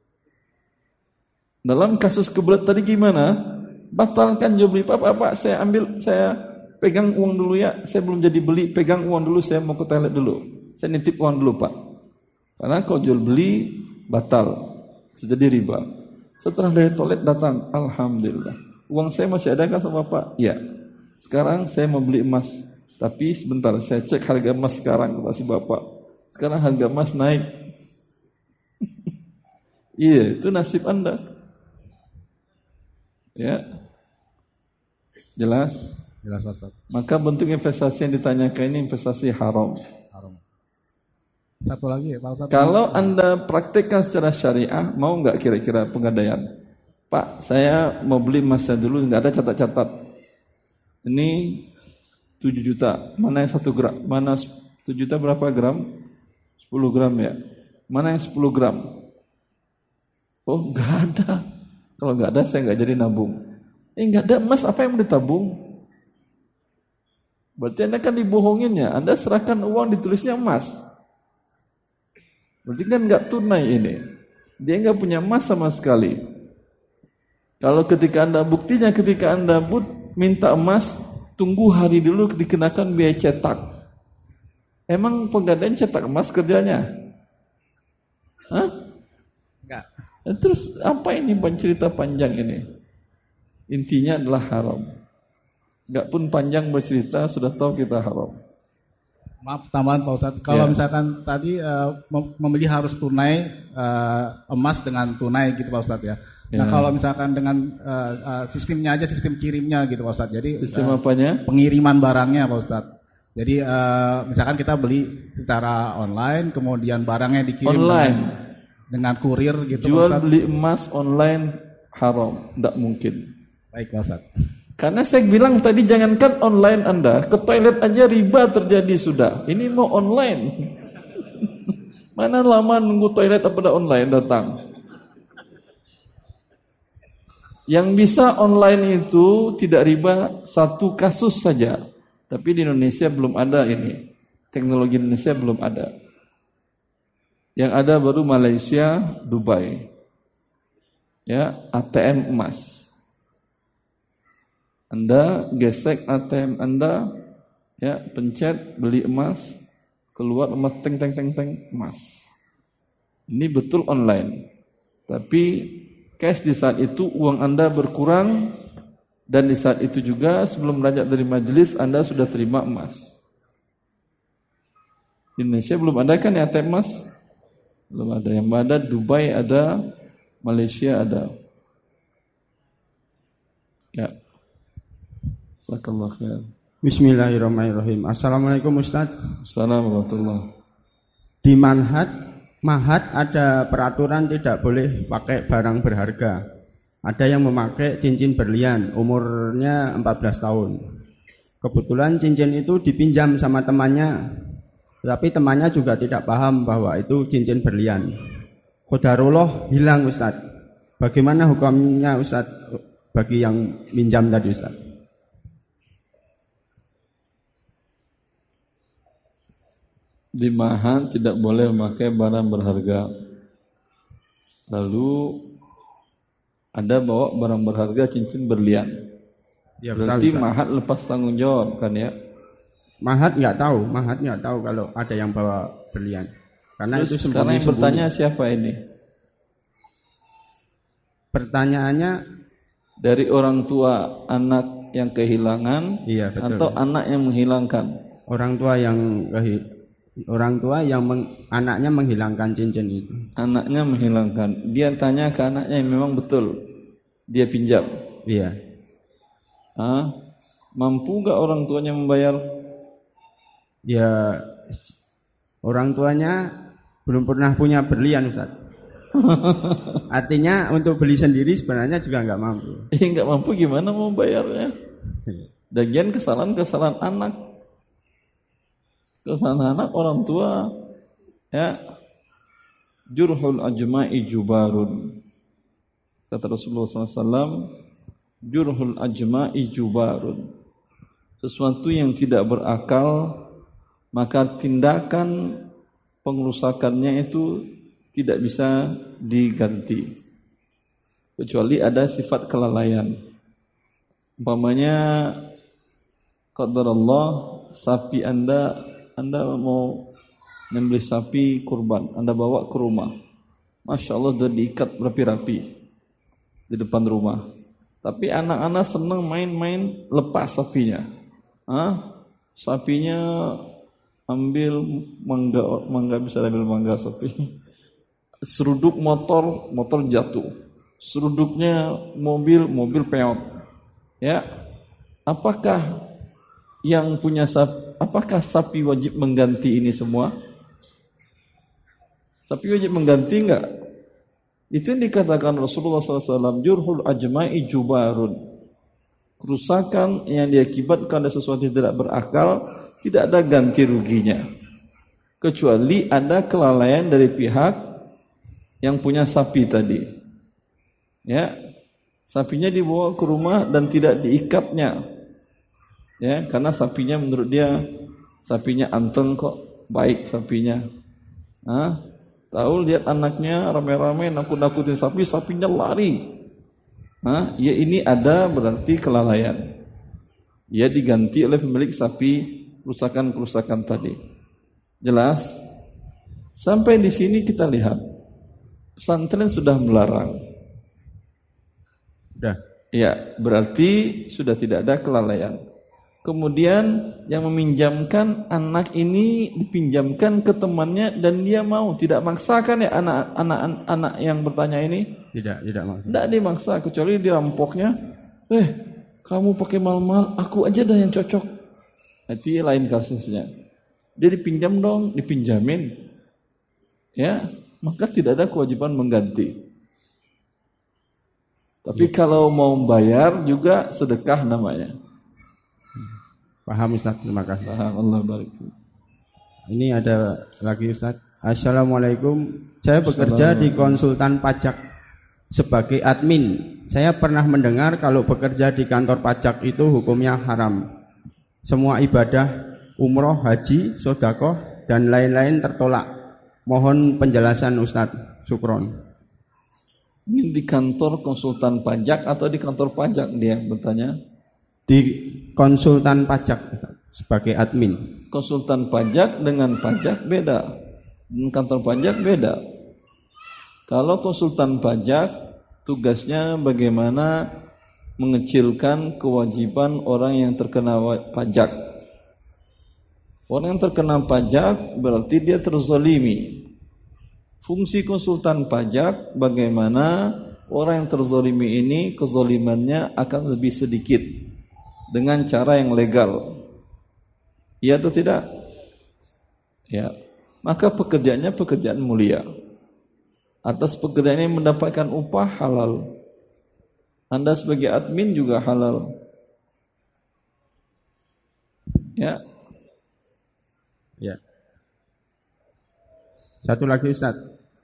Dalam kasus kebelet tadi gimana? Batalkan jual beli. Pak, saya pegang uang dulu ya. Saya belum jadi beli, pegang uang dulu, saya mau ke toilet dulu. Saya nitip uang dulu Pak. Karena kalau jual beli batal, terjadi riba. Setelah dari toilet datang, Alhamdulillah. Uang saya masih ada kan sama Pak? Ya. Sekarang saya mau beli emas. Tapi sebentar, saya cek harga emas sekarang, kata si Bapak. Sekarang harga emas naik. Iya, itu nasib Anda. Ya. Jelas? Jelas Ustaz. Maka bentuk investasi yang ditanyakan ini investasi haram. Satu lagi Pak Ustaz. Kalau Anda praktekkan secara syariah, mau nggak kira-kira pegadaian? Pak, saya mau beli emasnya dulu, nggak ada catat-catat. Ini 7 juta. Mana yang 1 gram? Mana 1 juta berapa gram? 10 gram ya. Mana yang 10 gram? Oh, enggak ada. Kalau enggak ada saya enggak jadi nabung. Enggak ada emas, apa yang mau ditabung? Berarti Anda kan dibohonginnya. Anda serahkan uang ditulisnya emas. Berarti kan enggak tunai ini. Dia enggak punya emas sama sekali. Kalau ketika Anda buktinya ketika Anda minta emas, tunggu hari dulu dikenakan biaya cetak. Emang Pegadaian cetak emas kerjanya? Hah? Enggak. Terus apa ini cerita panjang ini? Intinya adalah haram. Enggak pun panjang bercerita sudah tahu kita haram. Maaf tambahan Pak Ustadz, kalau misalkan tadi membeli harus tunai emas dengan tunai gitu Pak Ustadz ya. Nah kalau misalkan dengan sistemnya aja, sistem kirimnya gitu Pak Ustadz. Jadi sistem apanya? Pengiriman barangnya Pak Ustadz. Jadi misalkan kita beli secara online, kemudian barangnya dikirim online dengan kurir gitu Jual Pak Ustadz. Beli emas online haram, tidak mungkin. Baik Pak Ustadz. Karena saya bilang tadi jangankan online Anda, ke toilet aja riba terjadi sudah. Ini mau online. Mana lama nunggu toilet daripada online datang. Yang bisa online itu tidak riba satu kasus saja. Tapi di Indonesia belum ada ini. Teknologi Indonesia belum ada. Yang ada baru Malaysia, Dubai. Ya, ATM emas. Anda gesek ATM Anda, ya, pencet beli emas, keluar emas teng emas. Ini betul online. Tapi cash di saat itu uang Anda berkurang dan di saat itu juga sebelum beranjak dari majelis Anda sudah terima emas. Di Indonesia belum ada kan ya ATM emas? Belum ada. Yang ada Dubai ada, Malaysia ada. Ya. Bismillahirrahmanirrahim. Assalamualaikum Ustaz. Assalamualaikum warahmatullahi. Di Mahat ada peraturan tidak boleh pakai barang berharga. Ada yang memakai cincin berlian, umurnya 14 tahun. Kebetulan cincin itu dipinjam sama temannya, tapi temannya juga tidak paham bahwa itu cincin berlian. Qadarullah hilang Ustaz. Bagaimana hukumnya Ustaz bagi yang minjam tadi Ustaz? Di Mahat tidak boleh memakai barang berharga. Lalu Anda bawa barang berharga cincin berlian. Ya, berarti Mahat lepas tanggung jawab kan ya? Mahat nggak tahu kalau ada yang bawa berlian. Karena terus itu sekarang yang bertanya siapa ini? Pertanyaannya dari orang tua anak yang kehilangan, iya, betul. Atau anak yang menghilangkan? Anaknya menghilangkan cincin itu. Anaknya menghilangkan. Dia tanya ke anaknya yang memang betul dia pinjam. Iya. Mampu gak orang tuanya membayar? Ya, orang tuanya belum pernah punya berlian Ustaz. Artinya untuk beli sendiri sebenarnya juga nggak mampu. Nggak mampu gimana mau bayarnya? Bagian kesalahan anak. Kesalahan anak orang tua, ya. Jurhul ajma'i jubarun. Kata Rasulullah SAW, jurhul ajma'i jubarun. Sesuatu yang tidak berakal, maka tindakan pengerusakannya itu tidak bisa diganti. Kecuali ada sifat kelalaian. Umpamanya, qadarullah, sapi Anda mau membeli sapi kurban, Anda bawa ke rumah. Masya Allah sudah diikat rapi-rapi di depan rumah. Tapi anak-anak senang main-main lepas sapinya. Sapinya ambil mangga bisa ambil mangga sapi. Seruduk motor jatuh. Seruduknya mobil peot. Ya. Apakah yang punya apakah sapi wajib mengganti ini semua? Sapi wajib mengganti enggak? Itu yang dikatakan Rasulullah SAW, jurhul ajma'i jubarun. kerusakan yang diakibatkan dari sesuatu yang tidak berakal, tidak ada ganti ruginya. Kecuali ada kelalaian dari pihak yang punya sapi tadi. Ya, sapinya dibawa ke rumah dan tidak diikatnya. Ya, karena sapinya menurut dia sapinya anteng kok, baik sapinya. Tahu lihat anaknya rame-rame nakut-nakutin sapi, sapinya lari. Ya ini ada berarti kelalaian. Ya diganti oleh pemilik sapi kerusakan-kerusakan tadi. Jelas? Sampai di sini kita lihat pesantren sudah melarang. Sudah. Ya, berarti sudah tidak ada kelalaian. Kemudian yang meminjamkan anak ini dipinjamkan ke temannya dan dia mau, tidak maksakan ya anak yang bertanya ini? Tidak maksa. Tidak dimaksa, kecuali dirampoknya. Kamu pakai mal-mal, aku aja dah yang cocok. Itu lain kasusnya. Dia dipinjam dong, dipinjamin. Ya, maka tidak ada kewajiban mengganti. Tapi kalau mau bayar juga sedekah namanya. Paham Ustaz, terima kasih. Paham, Allah barik. Ini ada lagi Ustaz. Assalamualaikum. Saya bekerja di konsultan pajak sebagai admin. Saya pernah mendengar kalau bekerja di kantor pajak itu hukumnya haram. Semua ibadah, umroh, haji, sedekah dan lain-lain tertolak. Mohon penjelasan Ustaz. Syukron. Ini di kantor konsultan pajak atau di kantor pajak dia bertanya? Di konsultan pajak sebagai admin. Konsultan pajak dengan pajak beda. Dengan kantor pajak beda. Kalau konsultan pajak tugasnya bagaimana mengecilkan kewajiban orang yang terkena pajak. Orang yang terkena pajak berarti dia terzalimi. Fungsi konsultan pajak bagaimana orang yang terzalimi ini kezalimannya akan lebih sedikit dengan cara yang legal. Iya atau tidak? Ya. Maka pekerjaannya pekerjaan mulia. Atas pekerjaan ini mendapatkan upah halal. Anda sebagai admin juga halal. Ya. Ya. Satu lagi Ustaz.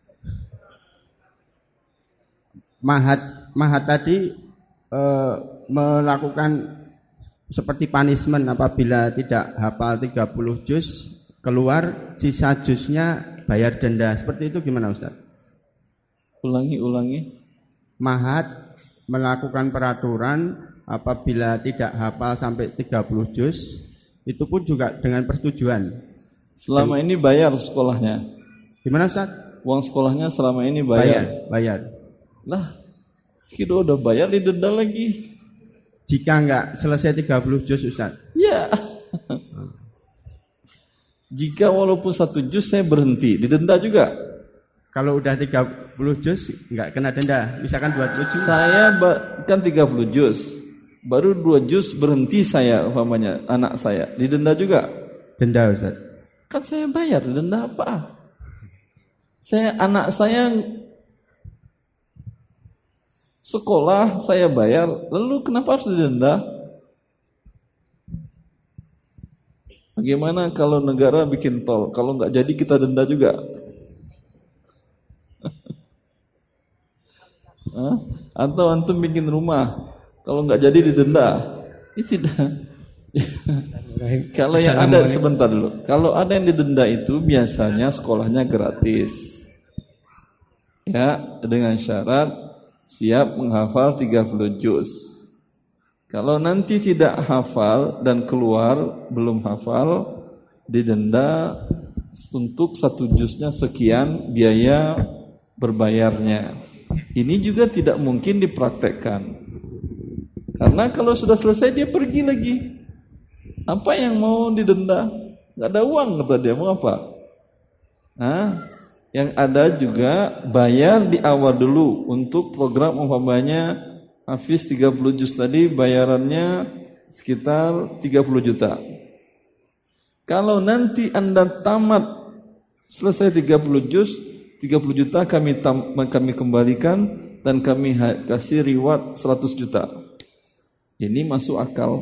Mahat tadi melakukan seperti punishment apabila tidak hafal 30 juz, keluar sisa juznya bayar denda. Seperti itu gimana Ustaz? Ulangi. Mahat melakukan peraturan apabila tidak hafal sampai 30 juz, itu pun juga dengan persetujuan. Selama ini bayar sekolahnya. Gimana Ustaz? Uang sekolahnya selama ini bayar. Lah, kita udah bayar didenda lagi. Jika enggak selesai 30 juz Ustaz. Ya. Jika walaupun 1 juz saya berhenti, didenda juga. Kalau udah 30 juz enggak kena denda. Misalkan 20 juz. Saya kan 30 juz. Baru 2 juz berhenti saya umpamanya anak saya, didenda juga. Denda Ustaz. Kan saya bayar, denda apa? Anak saya sekolah saya bayar, lalu kenapa harus didenda? Bagaimana kalau negara bikin tol? Kalau nggak jadi kita denda juga? Atau antum bikin rumah, kalau nggak jadi didenda? Itu tidak. Kalau yang ada sebentar dulu. Kalau ada yang didenda itu biasanya sekolahnya gratis. Ya, dengan syarat siap menghafal 30 juz. Kalau nanti tidak hafal dan keluar belum hafal, didenda untuk 1 juznya sekian biaya berbayarnya. Ini juga tidak mungkin dipraktekkan. Karena kalau sudah selesai dia pergi lagi. Apa yang mau didenda? Gak ada uang kata dia, mau apa? Yang ada juga bayar di awal dulu untuk program umpamanya Hafiz 30 juz tadi bayarannya sekitar 30 juta. Kalau nanti Anda tamat selesai 30 juz, 30 juta kami kembalikan dan kami kasih reward 100 juta. Ini masuk akal.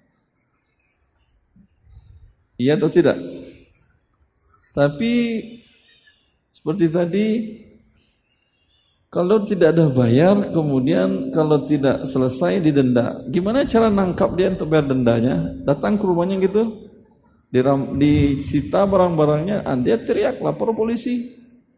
Iya atau tidak? Tapi seperti tadi, kalau tidak ada bayar, kemudian kalau tidak selesai didenda. Gimana cara nangkap dia untuk bayar dendanya? Datang ke rumahnya gitu, disita barang-barangnya, dia teriak lapor polisi.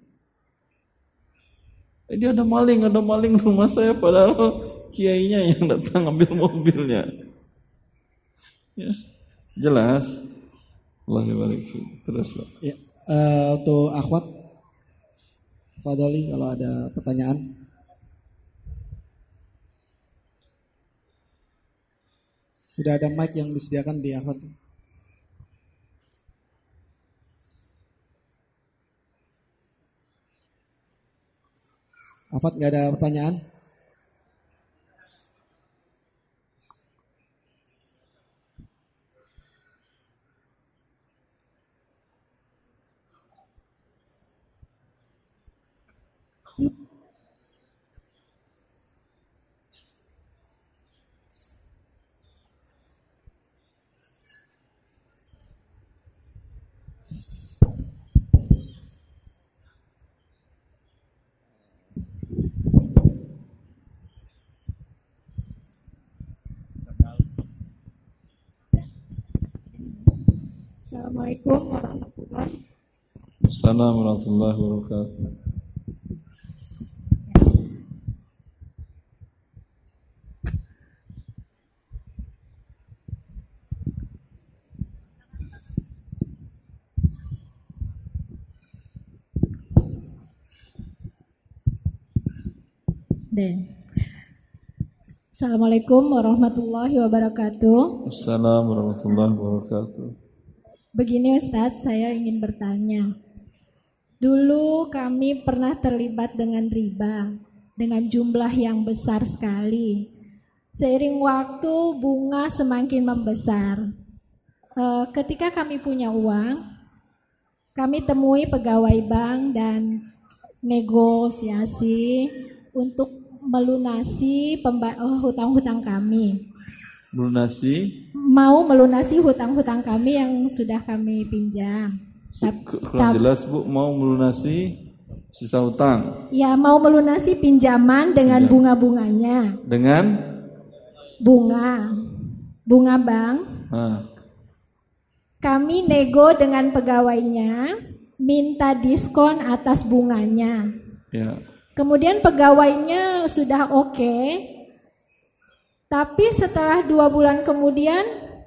Dia ada maling rumah saya, padahal kiainya yang datang ambil mobilnya. Ya, jelas. Allah terus. Ya, untuk akhwat Fadoli kalau ada pertanyaan. Sudah ada mic yang disediakan di akhwat. Akhwat nggak ada pertanyaan? Assalamualaikum warahmatullahi wabarakatuh. Assalamualaikum warahmatullahi wabarakatuh. Assalamualaikum warahmatullahi wabarakatuh. Assalamualaikum warahmatullahi wabarakatuh. Begini Ustadz, saya ingin bertanya. Dulu kami pernah terlibat dengan riba dengan jumlah yang besar sekali. Seiring waktu bunga semakin membesar. Ketika kami punya uang, kami temui pegawai bank dan negosiasi untuk melunasi hutang-hutang kami. Mau melunasi hutang-hutang kami yang sudah kami pinjam. Kurang jelas Bu, mau melunasi sisa hutang? Ya, mau melunasi pinjaman dengan bunga-bunganya. Dengan? Bunga bank. Kami nego dengan pegawainya, minta diskon atas bunganya. Ya. Kemudian pegawainya sudah oke. Tapi setelah 2 bulan kemudian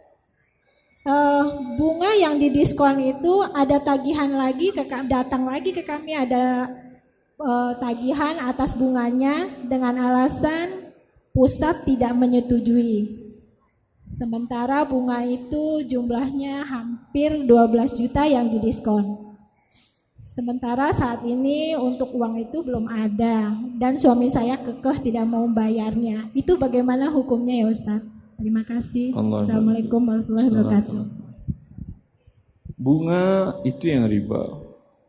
bunga yang didiskon itu ada tagihan lagi, datang lagi ke kami, ada tagihan atas bunganya dengan alasan pusat tidak menyetujui. Sementara bunga itu jumlahnya hampir 12 juta yang didiskon. Sementara saat ini untuk uang itu belum ada dan suami saya kekeh tidak mau bayarnya. Itu bagaimana hukumnya ya Ustaz? Terima kasih. Assalamualaikum warahmatullahi wabarakatuh. Bunga itu yang riba.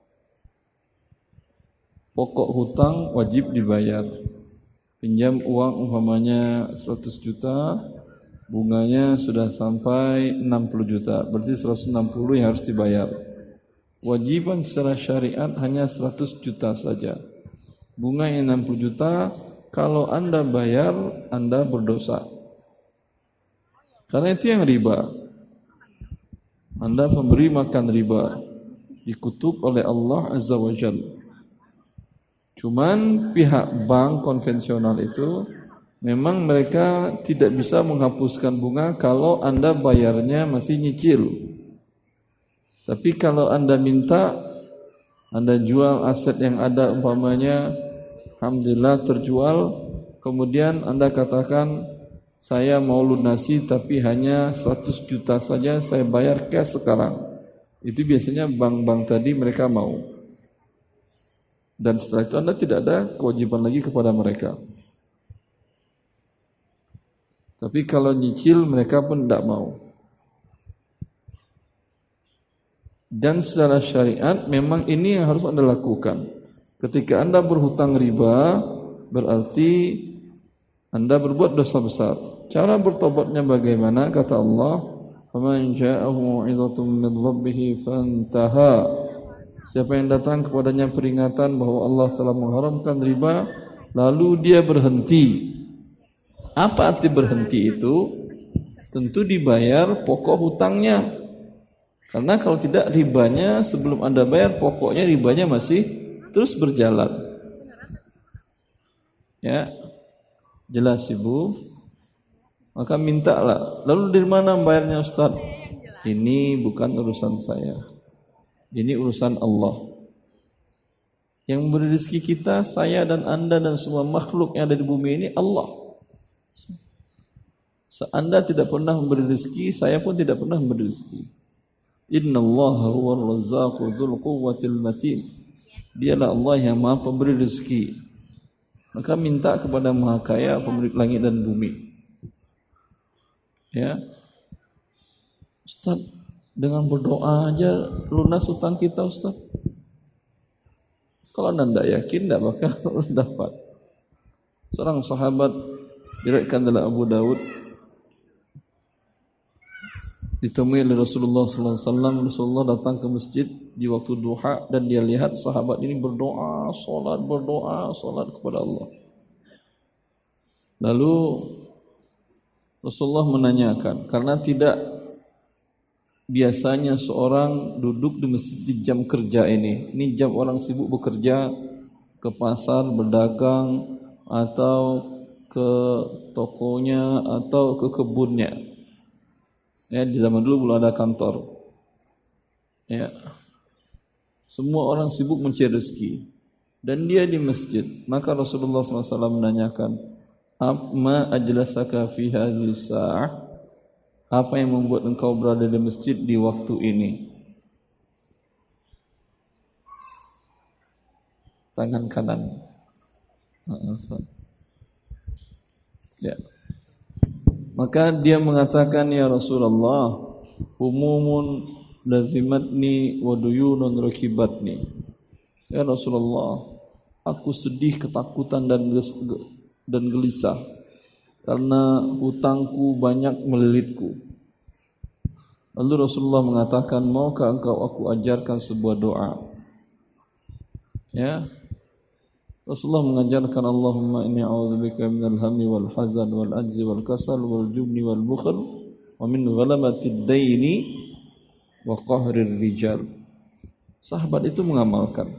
Pokok hutang wajib dibayar. Pinjam uang umpamanya 100 juta, bunganya sudah sampai 60 juta. Berarti 160 yang harus dibayar. Wajiban secara syariat hanya 100 juta saja. Bunga yang 60 juta, kalau Anda bayar, Anda berdosa. Karena itu yang riba. Anda pemberi makan riba, dikutuk oleh Allah Azza wa Jalla. Cuman pihak bank konvensional itu memang mereka tidak bisa menghapuskan bunga kalau Anda bayarnya masih nyicil. Tapi kalau Anda minta, Anda jual aset yang ada umpamanya, alhamdulillah terjual, kemudian Anda katakan, saya mau lunasi tapi hanya 100 juta saja, saya bayar cash sekarang. Itu biasanya bank-bank tadi mereka mau. Dan setelah itu Anda tidak ada kewajiban lagi kepada mereka. Tapi kalau nyicil mereka pun tidak mau. Dan secara syariat memang ini yang harus Anda lakukan. Ketika Anda berhutang riba, berarti Anda berbuat dosa besar. Cara bertobatnya bagaimana? Kata Allah, "Faman ja'ahu mau'izatun min rabbih fantaha." Siapa yang datang kepadanya peringatan bahwa Allah telah mengharamkan riba, lalu dia berhenti. Apa arti berhenti itu? Tentu dibayar pokok hutangnya. Karena kalau tidak, ribanya sebelum Anda bayar, pokoknya ribanya masih terus berjalan. Ya, jelas Ibu? Maka mintalah. Lalu dari mana bayarnya Ustaz? Ini bukan urusan saya. Ini urusan Allah. Yang memberi rezeki kita, saya dan Anda dan semua makhluk yang ada di bumi ini, Allah. Anda tidak pernah memberi rezeki, saya pun tidak pernah memberi rezeki. Innallaha huwar razzaqu dzul quwwatil matin. Dialah Allah yang Maha pemberi rezeki. Maka minta kepada Maha Kaya, pemilik langit dan bumi. Ya, Ustaz, dengan berdoa aja lunas hutang kita Ustaz. Kalau Anda tidak yakin, tidak bakal dapat. Seorang sahabat diriwayatkan dalam Abu Dawud, ditemui oleh Rasulullah SAW. Rasulullah datang ke masjid di waktu duha dan dia lihat sahabat ini berdoa, solat kepada Allah. Lalu Rasulullah menanyakan, karena tidak biasanya seorang duduk di masjid di jam kerja ini jam orang sibuk bekerja, ke pasar, berdagang, atau ke tokonya, atau ke kebunnya. Ya, di zaman dulu belum ada kantor. Ya, semua orang sibuk mencari rezeki, dan dia di masjid. Maka Rasulullah SAW menanyakan, "Ma ajlasaka fi hadhihi sa'ah?" Apa yang membuat engkau berada di masjid di waktu ini? Tangan kanan. Ya. Maka dia mengatakan, "Ya Rasulullah, umumun lazimatni wa duyunun rakibatni." Ya Rasulullah, aku sedih, ketakutan dan gelisah karena hutangku banyak melilitku. Lalu Rasulullah mengatakan, "Maukah engkau aku ajarkan sebuah doa?" Ya, Rasulullah mengajarkan, "Allahumma inni a'udzubika minal hammi wal hazan wal ajzi wal kasal wal jubni wal bukhl wa min ghalamati ad-daini wa qahrir rijal." Sahabat itu mengamalkan.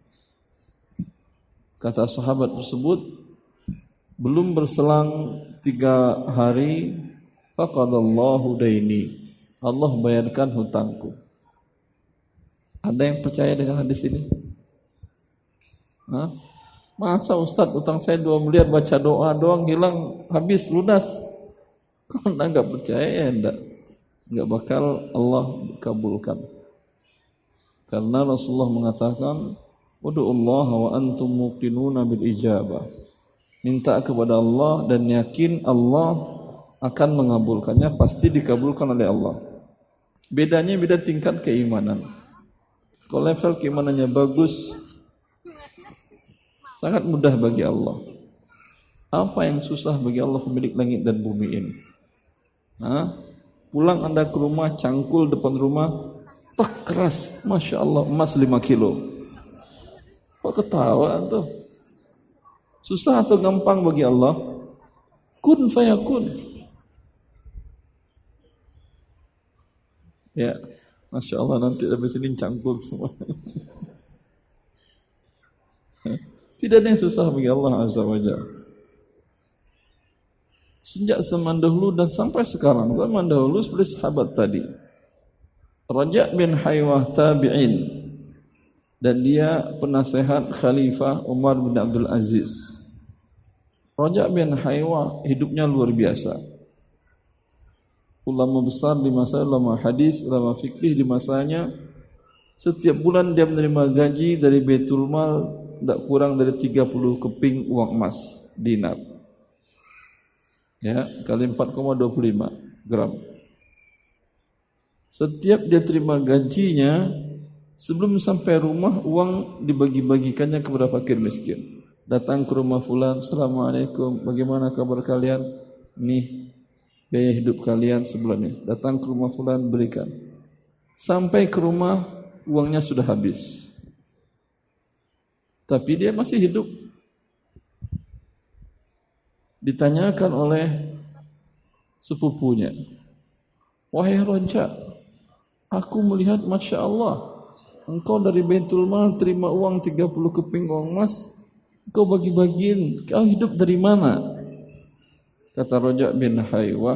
Kata sahabat tersebut, belum berselang 3 hari, faqadallahu daini, Allah bayarkan hutangku. Ada yang percaya dengan hadis ini? Hah? Masa Ustaz, utang saya 2 miliar, baca doa doang hilang, habis, lunas? Kalau Anda enggak percaya, ya enggak bakal Allah kabulkan. Karena Rasulullah mengatakan, "Ud'ullaha wa antum muqinuna bil ijabah." Minta kepada Allah dan yakin Allah akan mengabulkannya, pasti dikabulkan oleh Allah. Bedanya beda tingkat keimanan. Kalau level keimanannya bagus, sangat mudah bagi Allah. Apa yang susah bagi Allah, pemilik langit dan bumi ini? Pulang Anda ke rumah, cangkul depan rumah, tak keras, Masya Allah, emas 5 kilo. Kok ketawa tuh? Susah atau gampang bagi Allah? Kun fayakun. Ya, Masya Allah, nanti habis ini cangkul semua. Tidak ada yang susah bagi Allah Azza wa Jalla. Sejak zaman dahulu dan sampai sekarang. Zaman dahulu seperti sahabat tadi, Raja' bin Haywah tabi'in, dan dia penasehat Khalifah Umar bin Abdul Aziz. Raja' bin Haywah hidupnya luar biasa. Ulama besar di masa, ulama hadis, ulama fikih di masanya. Setiap bulan dia menerima gaji dari Baitul Mal tidak kurang dari 30 keping uang emas, dinar. Ya, kali 4,25 gram. Setiap dia terima gajinya, sebelum sampai rumah, uang dibagi-bagikannya kepada fakir miskin. Datang ke rumah fulan, "Assalamualaikum, bagaimana kabar kalian?" "Nih, biaya hidup kalian sebulan ini. Datang ke rumah fulan, berikan. Sampai ke rumah, uangnya sudah habis. Tapi dia masih hidup. Ditanyakan oleh sepupunya, wahai Roja, aku melihat Masya Allah, engkau dari Baitul Mal terima uang 30 keping uang emas, engkau bagi-bagiin, kau hidup dari mana? Kata Roja bin Haywah,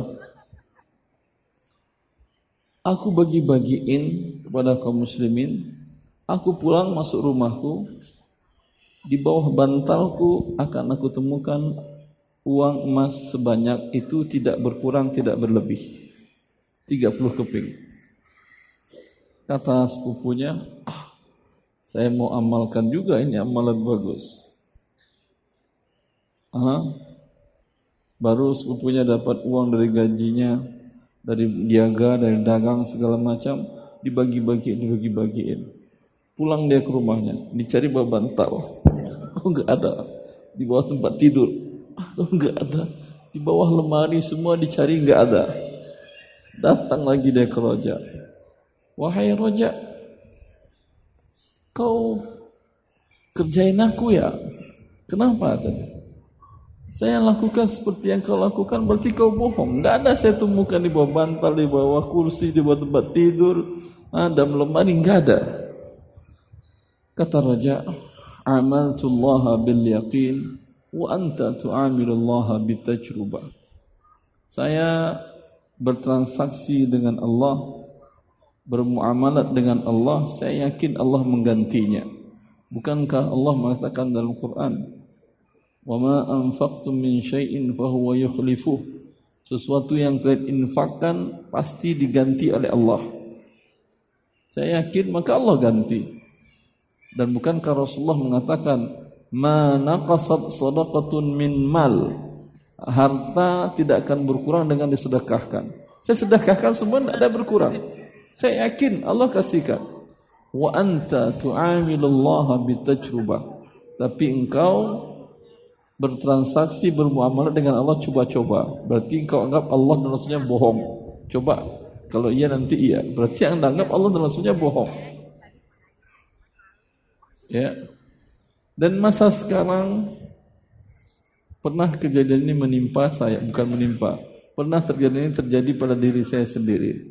aku bagi-bagiin kepada kaum muslimin, aku pulang masuk rumahku, di bawah bantalku akan aku temukan uang emas sebanyak itu, tidak berkurang, tidak berlebih. 30 keping. Kata sepupunya, saya mau amalkan juga, ini amalan bagus. Baru sepupunya dapat uang dari gajinya, dari jaga, dari dagang segala macam, dibagi-bagiin. Pulang dia ke rumahnya, dicari bawah bantal, enggak ada. Di bawah tempat tidur, enggak ada. Di bawah lemari semua dicari, enggak ada. Datang lagi dia ke Roja, wahai Roja, kau kerjain aku ya? Kenapa? Saya lakukan seperti yang kau lakukan, berarti kau bohong. Enggak ada saya temukan di bawah bantal, di bawah kursi, di bawah tempat tidur, dalam lemari, enggak ada. Kata Raja, amaltullaha bil yaqin wa anta tu'amilullaha bitajrubah. Saya bertransaksi dengan Allah, bermuamalat dengan Allah, saya yakin Allah menggantinya. Bukankah Allah mengatakan dalam Quran, wa ma anfaqtum min syai'in fahuwa yukhlifuh. Sesuatu yang kalian infakkan pasti diganti oleh Allah. Saya yakin maka Allah ganti. Dan bukankah Rasulullah mengatakan, ma naqasat sadaqatun min mal, harta tidak akan berkurang dengan disedekahkan. Saya sedekahkan semua tidak ada berkurang. Saya yakin Allah kasihkan. Wa anta tu'amilullaha bitajrubah. Tapi engkau bertransaksi, bermuamalah dengan Allah coba-coba. Berarti engkau anggap Allah dan Rasulnya bohong. Coba, kalau iya nanti iya. Berarti anda anggap Allah dan Rasulnya bohong. Ya. Dan masa sekarang pernah kejadian ini menimpa saya, bukan menimpa. Pernah terjadi pada diri saya sendiri.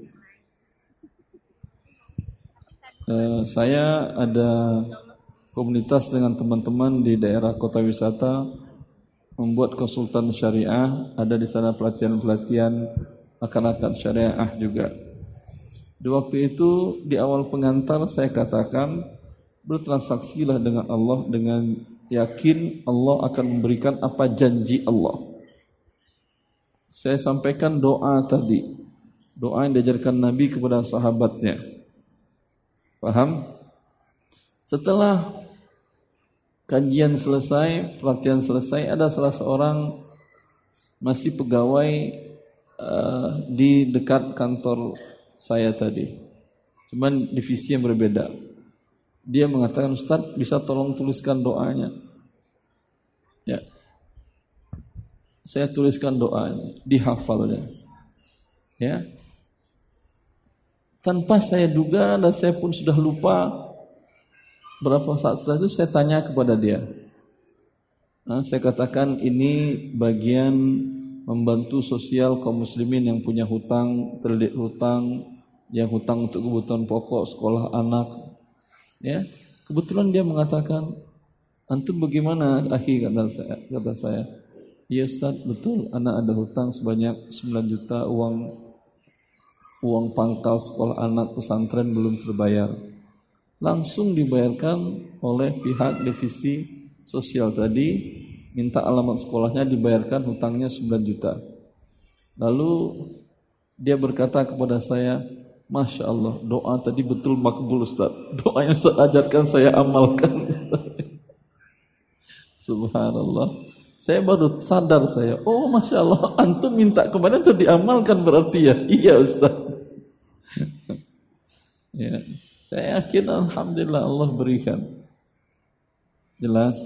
Saya ada komunitas dengan teman-teman di daerah kota wisata, membuat konsultan syariah, ada di sana pelatihan-pelatihan akad syariah juga. Di waktu itu di awal pengantar saya katakan, bertransaksilah dengan Allah dengan yakin Allah akan memberikan apa janji Allah. Saya sampaikan doa tadi, doa yang diajarkan Nabi kepada sahabatnya. Paham? Setelah kajian selesai, pelatihan selesai, ada salah seorang masih pegawai di dekat kantor saya tadi, cuman divisi yang berbeda. Dia mengatakan, Ustaz, bisa tolong tuliskan doanya? Ya. Saya tuliskan doanya, dihafalnya. Ya. Tanpa saya duga dan saya pun sudah lupa, berapa saat setelah itu saya tanya kepada dia. Saya katakan ini bagian membantu sosial kaum muslimin yang punya hutang, terlilit hutang, yang hutang untuk kebutuhan pokok, sekolah anak. Ya, kebetulan dia mengatakan, antum bagaimana akhi, kata saya. Ya Ustaz, betul, anak ada hutang sebanyak 9 juta, uang pangkal sekolah anak pesantren belum terbayar. Langsung dibayarkan oleh pihak divisi sosial tadi, minta alamat sekolahnya, dibayarkan hutangnya 9 juta. Lalu dia berkata kepada saya, Masya Allah, doa tadi betul makbul Ustaz. Doa yang Ustaz ajarkan saya amalkan. Subhanallah. Saya baru sadar saya. Oh Masya Allah, antum minta kemarin itu diamalkan berarti ya. Iya Ustaz. Ya, saya yakin alhamdulillah Allah berikan. Jelas.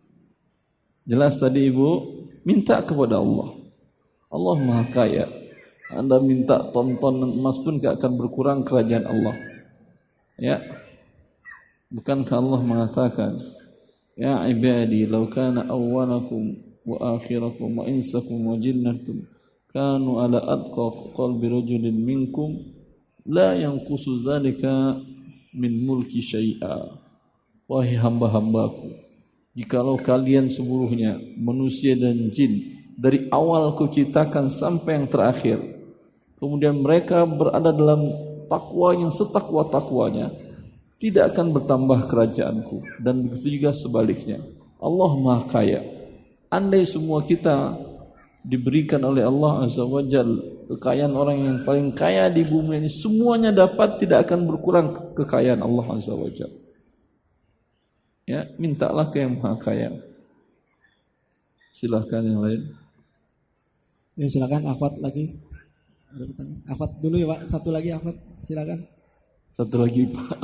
Jelas tadi Ibu, minta kepada Allah. Allah Maha Kaya. Anda minta tontonan emas pun gak akan berkurang kerajaan Allah. Ya. Bukankah Allah mengatakan, ya ibadi law kana awwalakum wa akhirakum wa insakum wa jinnatum kanu ala atqa qalbi rajulin minkum la yanqusu zalika min mulki syai'a. Wahai hamba-hambaku, jikalau kalian seluruhnya manusia dan jin dari awal kuciptakan sampai yang terakhir, kemudian mereka berada dalam takwa yang setakwa-takwanya, tidak akan bertambah kerajaanku. Dan begitu juga sebaliknya. Allah Maha Kaya. Andai semua kita diberikan oleh Allah Azza wa Jalla kekayaan orang yang paling kaya di bumi ini, semuanya dapat, tidak akan berkurang kekayaan Allah Azza wa Jalla. Ya, mintalah ke yang Maha Kaya. Silahkan yang lain. Ya, silakan Afat lagi. Ada pertanyaan. Afat dulu ya Pak. Satu lagi Afat, silakan. Satu lagi Pak.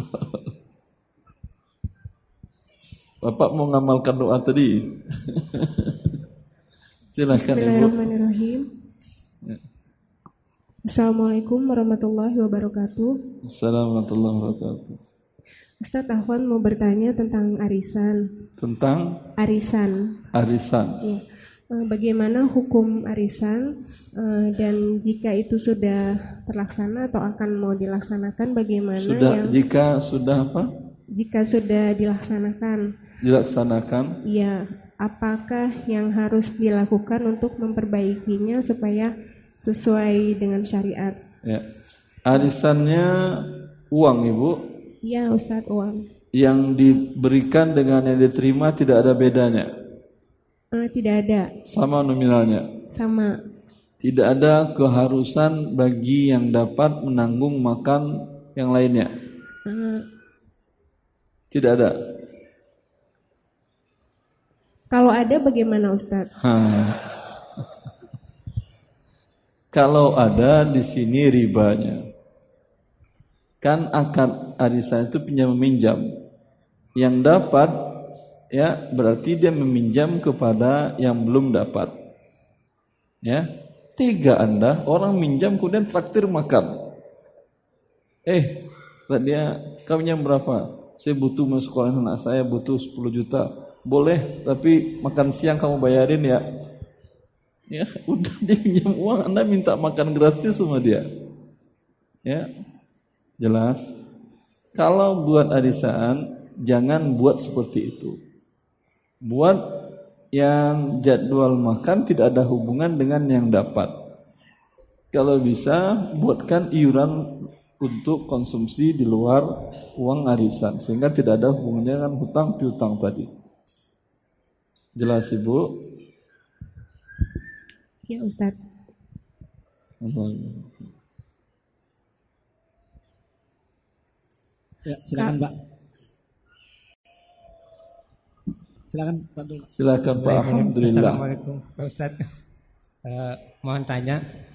Bapak mau ngamalkan doa tadi. Silakan Ibu. Bismillahirrahmanirrahim. Ya. Assalamualaikum warahmatullahi wabarakatuh. Assalamualaikum warahmatullahi wabarakatuh. Ustadz Ahwan mau bertanya tentang arisan. Tentang Arisan. arisan. Ya. Bagaimana hukum arisan dan jika itu sudah terlaksana atau akan mau dilaksanakan, bagaimana Jika sudah apa? Jika sudah dilaksanakan. Ya, apakah yang harus dilakukan untuk memperbaikinya supaya sesuai dengan syariat? Ya. Arisannya uang Ibu. Iya Ustadz, uang. Yang diberikan dengan yang diterima tidak ada bedanya. Tidak ada. Sama nominalnya. Sama. Tidak ada keharusan bagi yang dapat menanggung makan yang lainnya. Tidak ada. Kalau ada bagaimana Ustadz? Kalau ada di sini ribanya. Kan akad arisan itu pinjam meminjam. Yang dapat ya berarti dia meminjam kepada yang belum dapat. Ya, tega Anda orang minjam kemudian traktir makan. Dia kamu yang berapa? Saya butuh masuk sekolah anak saya, butuh 10 juta. Boleh, tapi makan siang kamu bayarin ya. Ya, udah dia pinjam uang, Anda minta makan gratis sama dia. Ya. Jelas? Kalau buat arisan, jangan buat seperti itu. Buat yang jadwal makan tidak ada hubungan dengan yang dapat. Kalau bisa, buatkan iuran untuk konsumsi di luar uang arisan, sehingga tidak ada hubungannya dengan hutang piutang tadi. Jelas Ibu? Ya Ustadz. Ya, silakan Pak. Silakan Pak dulu. Silakan Pak. Alhamdulillah. Assalamualaikum Pak Ustadz. Mohon tanya,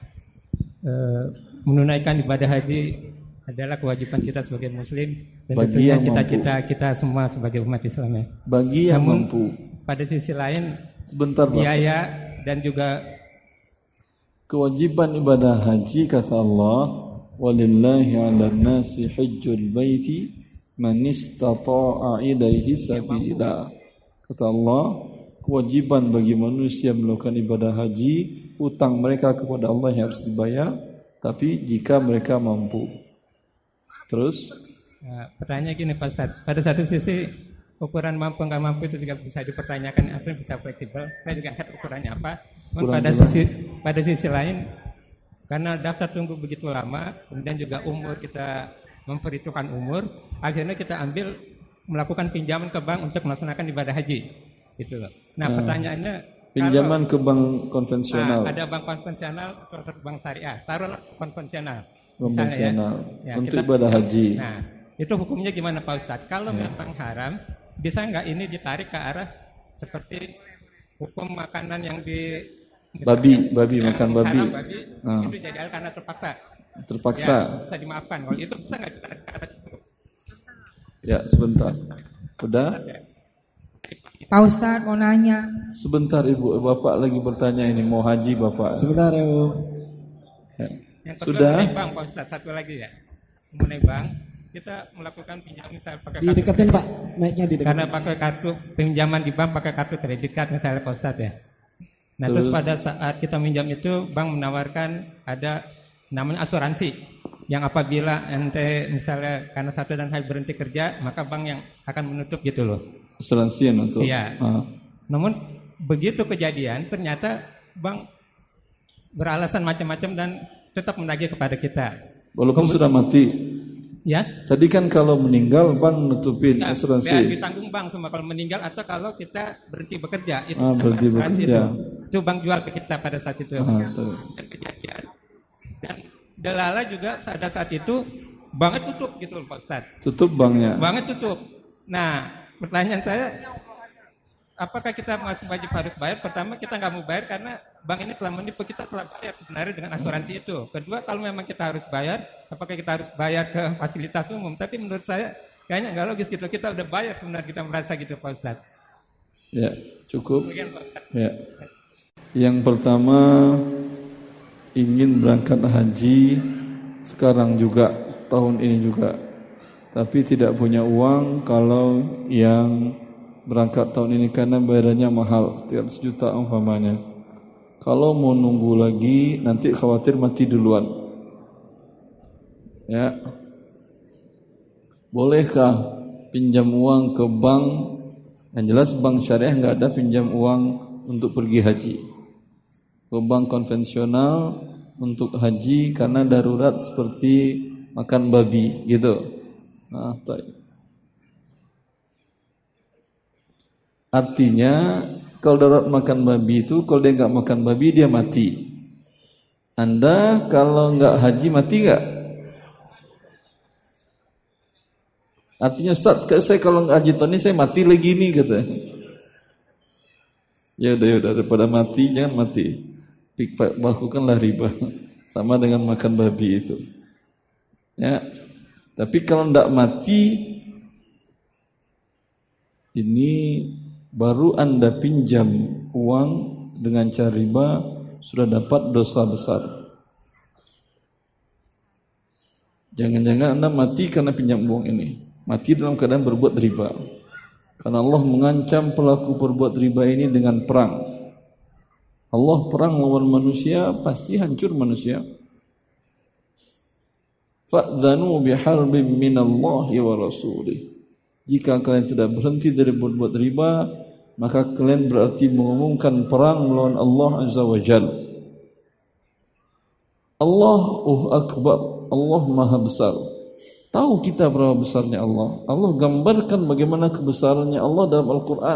menunaikan ibadah haji adalah kewajiban kita sebagai muslim dan bagi tentunya yang cita-cita kita semua sebagai umat Islam ya. Bagi yang Namun, mampu. Pada sisi lain, sebentar Pak. Biaya dan juga kewajiban ibadah haji kata Allah, walillahi 'alan nasi hajjul baiti man istata'a ilaihi sabila. Kata Allah, kewajiban bagi manusia melakukan ibadah haji, utang mereka kepada Allah yang harus dibayar, tapi jika mereka mampu. Terus pertanyaan gini Pak Ustadz, pada satu sisi ukuran mampu nggak mampu itu juga bisa dipertanyakan, apa bisa fleksibel. Saya juga lihat ukurannya apa. Pada sisi lain, karena daftar tunggu begitu lama, kemudian juga umur kita memperhitungkan umur, akhirnya kita melakukan pinjaman ke bank untuk melaksanakan ibadah haji, gitu loh. Nah pertanyaannya, pinjaman ke bank konvensional. Ada bank konvensional atau bank syariah, taruhlah konvensional. Konvensional ya, untuk ibadah haji. Nah, itu hukumnya gimana Pak Ustadz? Kalau memang haram, bisa nggak ini ditarik ke arah seperti hukum makanan yang di babi makan babi. Itu jadi karena terpaksa. Ya, bisa dimaafkan. Kalau itu bisa nggak ditarik ke arah situ? Ya, sebentar. Udah? Pak Ustadz mau nanya. Sebentar Ibu, Bapak lagi bertanya ini mau haji Bapak. Sebentar ya Bu. Ya. Yang kedua Sudah. mengenai bank, Pak Ustadz, satu lagi ya. Mengenai bank, kita melakukan pinjam misal pakai kartu. Dideketin Pak, mic-nya dideketin. Karena pakai kartu pinjaman di bank pakai kartu kredit card misalnya Pak Ustadz ya. Nah terus pada saat kita minjam itu bank menawarkan ada namanya asuransi yang apabila ente misalnya karena satu dan hal berhenti kerja maka bank yang akan menutup gitu loh. Asuransi untuk. Iya. Namun begitu kejadian ternyata bank beralasan macam-macam dan tetap menagih kepada kita. Walaupun sudah mati. Ya. Tadi kan kalau meninggal bank nutupin Nah, asuransi. ditanggung bank semua kalau meninggal atau kalau kita berhenti bekerja itu Berhenti asuransi bekerja. itu bank jual ke kita pada saat itu. Dan kejadian dan delala juga pada saat itu banknya tutup gitu loh Pak Ustadz. Tutup banknya. Banknya tutup. Nah pertanyaan saya apakah kita masih wajib harus bayar? Pertama kita nggak mau bayar karena bank ini telah menipu kita telah bayar sebenarnya dengan asuransi itu. Kedua kalau memang kita harus bayar, apakah kita harus bayar ke fasilitas umum? Tapi menurut saya kayaknya nggak logis gitu. Kita udah bayar sebenarnya kita merasa gitu Pak Ustadz. Ya cukup. Demikian, Pak Ustadz. Ya. Yang pertama ingin berangkat haji sekarang juga tahun ini juga, tapi tidak punya uang kalau yang berangkat tahun ini karena bayarannya mahal 300 juta umpamanya. Kalau mau nunggu lagi nanti khawatir mati duluan. Ya. Bolehkah pinjam uang ke bank? Yang jelas bank syariah enggak ada pinjam uang untuk pergi haji. Ke bank konvensional untuk haji karena darurat seperti makan babi gitu. Nah, artinya kalau darurat makan babi itu kalau dia nggak makan babi dia mati. Anda kalau nggak haji mati nggak? Artinya Ustaz, saya kalau nggak haji tahun ini saya mati lagi nih kata. Ya udah daripada mati jangan mati. Lakukanlah riba sama dengan makan babi itu. Ya. Tapi kalau nggak mati ini baru Anda pinjam uang dengan cara riba sudah dapat dosa besar. Jangan-jangan Anda mati karena pinjam uang ini. Mati dalam keadaan berbuat riba. Karena Allah mengancam pelaku berbuat riba ini dengan perang. Allah perang lawan manusia, pasti hancur manusia. Fa'dhanu biharbin minallahi wa rasulih. Jika kalian tidak berhenti dari berbuat riba, maka kalian berarti mengumumkan perang melawan Allah Azza wa Jalla. Allahu Akbar, Allah Maha Besar. Tahu kita berapa besarnya Allah. Allah gambarkan bagaimana kebesarannya Allah dalam Al-Quran.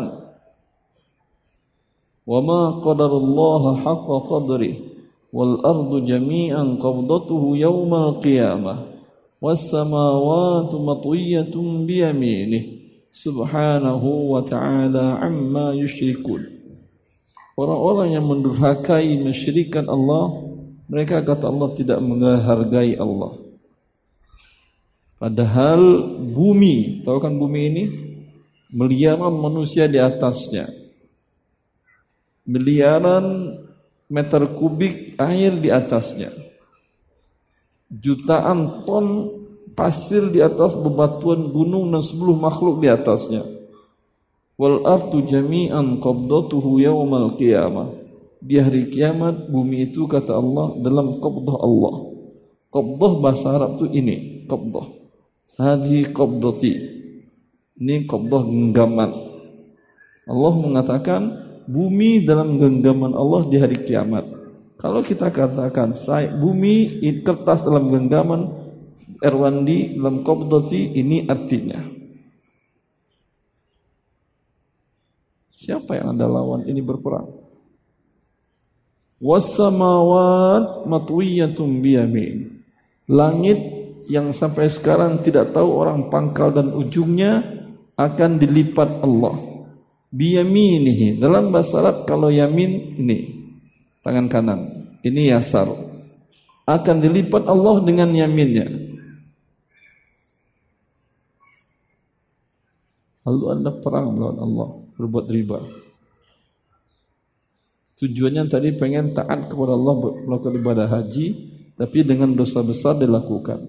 Wa ma qadarullaha haqqa qadrih wal ardu jami'an qabdatuhu yawmal qiyamah was samawati matwiyatun biyaminih subhanahu wa ta'ala amma yusyrikun. Orang-orang yang mendurhakai mensyirikkan Allah, mereka kata Allah tidak menghargai Allah. Padahal bumi, tahu kan bumi ini? Miliaran manusia di atasnya. Miliaran meter kubik air di atasnya. Jutaan ton pasir di atas bebatuan gunung dan seluruh makhluk di atasnya. Wal ardu jami'an qabdatuhu yawmal qiyamah. Di hari kiamat bumi itu kata Allah dalam qabdah Allah. Qabdah bahasa Arab itu ini, qabdah. Hadhi qabdati. Ini qabdah genggaman. Allah mengatakan bumi dalam genggaman Allah di hari kiamat. Kalau kita katakan bumi kertas dalam genggaman Erwandi dalam qabdati, ini artinya siapa yang Anda lawan ini berperang? Was-samawat matwiyatun biyamin. Langit yang sampai sekarang tidak tahu orang pangkal dan ujungnya akan dilipat Allah. Biyaminihi. Dalam bahasa Arab kalau yamin ini tangan kanan, ini yasar. Akan dilipat Allah dengan yaminnya. Lalu Anda perang melawan Allah, berbuat riba. Tujuannya tadi pengen taat kepada Allah, melakukan ibadah haji, tapi dengan dosa besar dilakukan.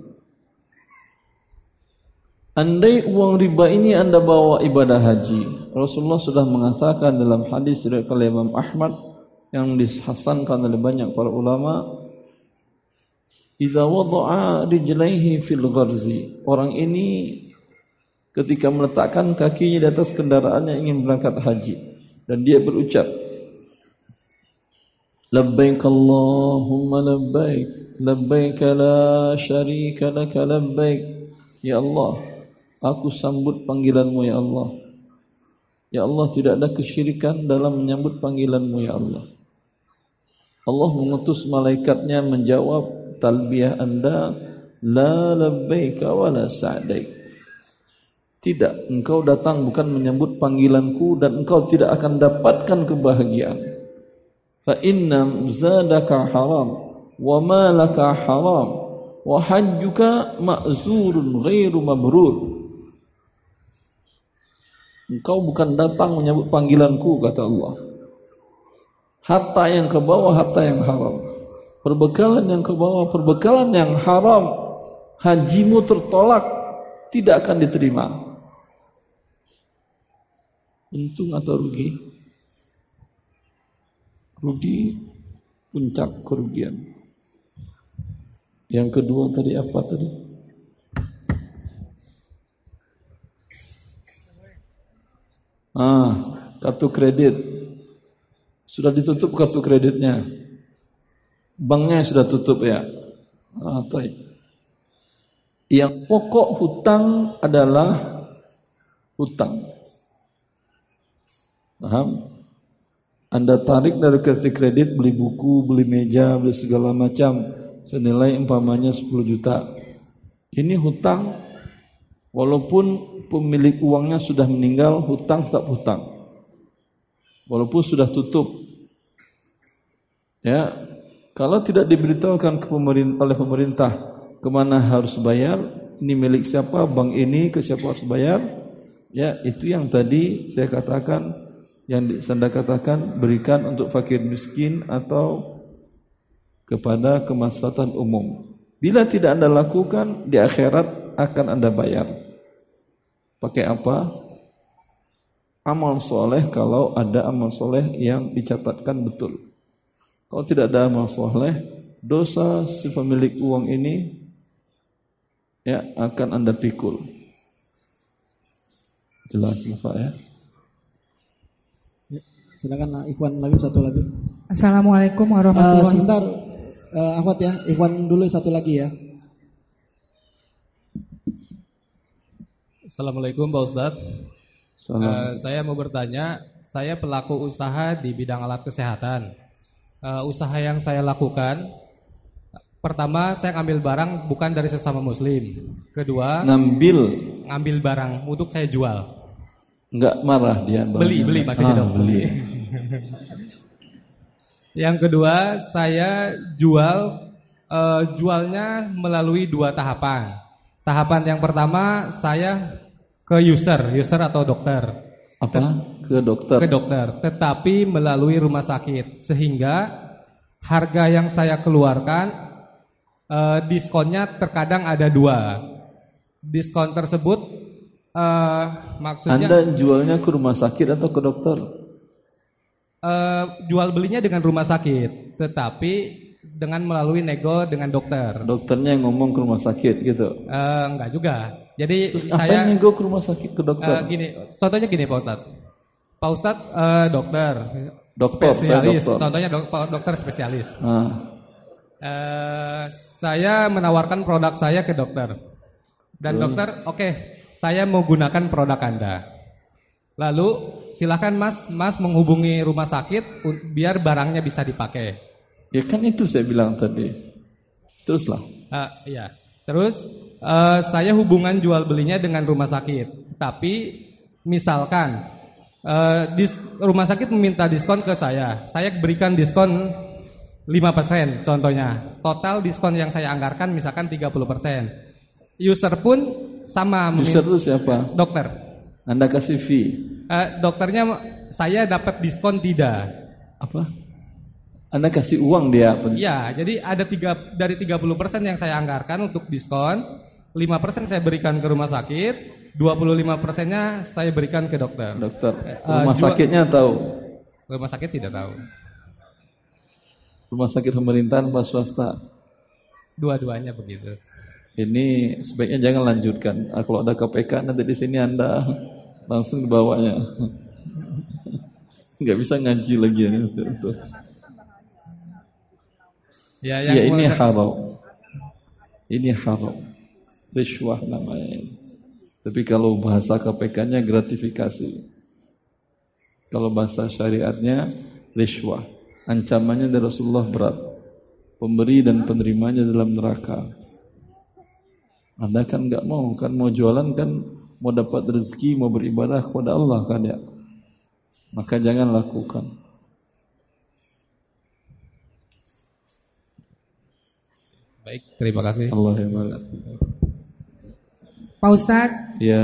Andai uang riba ini Anda bawa ibadah haji, Rasulullah sudah mengatakan dalam hadis riwayat Imam Ahmad yang dihasankan oleh banyak para ulama, iza wada'a rijlaihi fil gharzi, orang ini ketika meletakkan kakinya di atas kendaraannya ingin berangkat haji dan dia berucap, labbaik Allahumma labbaik, labbaik la syarika laka labbaik, ya Allah, aku sambut panggilanmu ya Allah. Ya Allah, tidak ada kesyirikan dalam menyambut panggilanmu ya Allah. Allah mengutus malaikatnya menjawab talbiyah Anda, la labbaika wa la sa'daik. Tidak, engkau datang bukan menyambut panggilanku dan engkau tidak akan dapatkan kebahagiaan. Fa inna zadaka haram wa malaka haram wa hajjuka ma'zurun ghairu mabrur. Engkau bukan datang menyambut panggilanku, kata Allah. Harta yang kau bawa harta yang haram, perbekalan yang kau bawa perbekalan yang haram, hajimu tertolak, tidak akan diterima. Untung atau rugi? Rugi, puncak kerugian. Yang kedua tadi apa tadi? Kartu kredit. Sudah ditutup kartu kreditnya. Banknya sudah tutup ya. Yang pokok hutang adalah hutang. Paham? Anda tarik dari kartu kredit, beli buku, beli meja, beli segala macam senilai umpamanya 10 juta. Ini hutang, walaupun pemilik uangnya sudah meninggal, hutang tetap hutang. Walaupun sudah tutup. Ya, kalau tidak diberitahukan oleh pemerintah kemana harus bayar, ini milik siapa, bank ini ke siapa harus bayar, ya itu yang tadi saya katakan, yang Anda katakan berikan untuk fakir miskin atau kepada kemaslahatan umum. Bila tidak Anda lakukan, di akhirat akan Anda bayar. Pakai apa? Amal soleh, kalau ada amal soleh yang dicatatkan betul. Kalau tidak ada amal soleh, dosa si pemilik uang ini ya akan Anda pikul. Jelas Pak ya? Silakan Ikhwan lagi, satu lagi. Assalamualaikum warahmatullahi wabarakatuh. Sebentar, Ahmad ya, Ikhwan dulu satu lagi ya. Assalamualaikum Pak Ustadz. Saya mau bertanya, saya pelaku usaha di bidang alat kesehatan. Usaha yang saya lakukan, pertama saya ngambil barang bukan dari sesama muslim. Kedua, ngambil barang untuk saya jual. Enggak marah dia. Beli maksudnya dong. Beli. Yang kedua, saya jualnya melalui 2 tahapan. Tahapan yang pertama saya ke user atau dokter. Apa? Ke dokter. Ke dokter, tetapi melalui rumah sakit, sehingga harga yang saya keluarkan diskonnya terkadang ada 2. Diskon tersebut maksudnya Anda jualnya ke rumah sakit atau ke dokter? Jual belinya dengan rumah sakit, tetapi dengan melalui nego dengan dokter. Dokternya yang ngomong ke rumah sakit gitu? Enggak juga. Jadi terus saya apa nego ke rumah sakit ke dokter? Contohnya gini Pak Ustadz. Pak Ustadz dokter spesialis. Contohnya dokter spesialis. Saya menawarkan produk saya ke dokter. Dan dokter, oke, saya mau gunakan produk Anda. Lalu silakan Mas menghubungi rumah sakit biar barangnya bisa dipakai. Ya kan itu saya bilang tadi. Teruslah. Iya. Terus saya hubungan jual belinya dengan rumah sakit. Tapi misalkan rumah sakit meminta diskon ke saya berikan diskon 5% contohnya. Total diskon yang saya anggarkan misalkan 30%. User pun sama. User itu siapa? Dokter. Anda kasih fee? Dokternya saya dapat diskon tidak. Apa? Anda kasih uang dia. Iya, jadi ada dari 30% yang saya anggarkan untuk diskon, 5% saya berikan ke rumah sakit, 25%-nya saya berikan ke dokter. Rumah sakitnya tahu? Rumah sakit tidak tahu. Rumah sakit pemerintahan apa swasta? Dua-duanya begitu. Ini sebaiknya jangan lanjutkan. Kalau ada KPK nanti di sini Anda langsung dibawanya. Nggak bisa ngaji lagi ya. Ya ini haram. Ini haram. Rishwah namanya. Tapi kalau bahasa KPK-nya gratifikasi. Kalau bahasa syariatnya rishwah. Ancamannya dari Rasulullah berat. Pemberi dan penerimanya dalam neraka. Anda kan nggak mau, kan mau jualan kan, mau dapat rezeki, mau beribadah kepada Allah kan ya. Maka jangan lakukan. Baik, terima kasih. Allah yang baik. Pak Ustadz. Ya.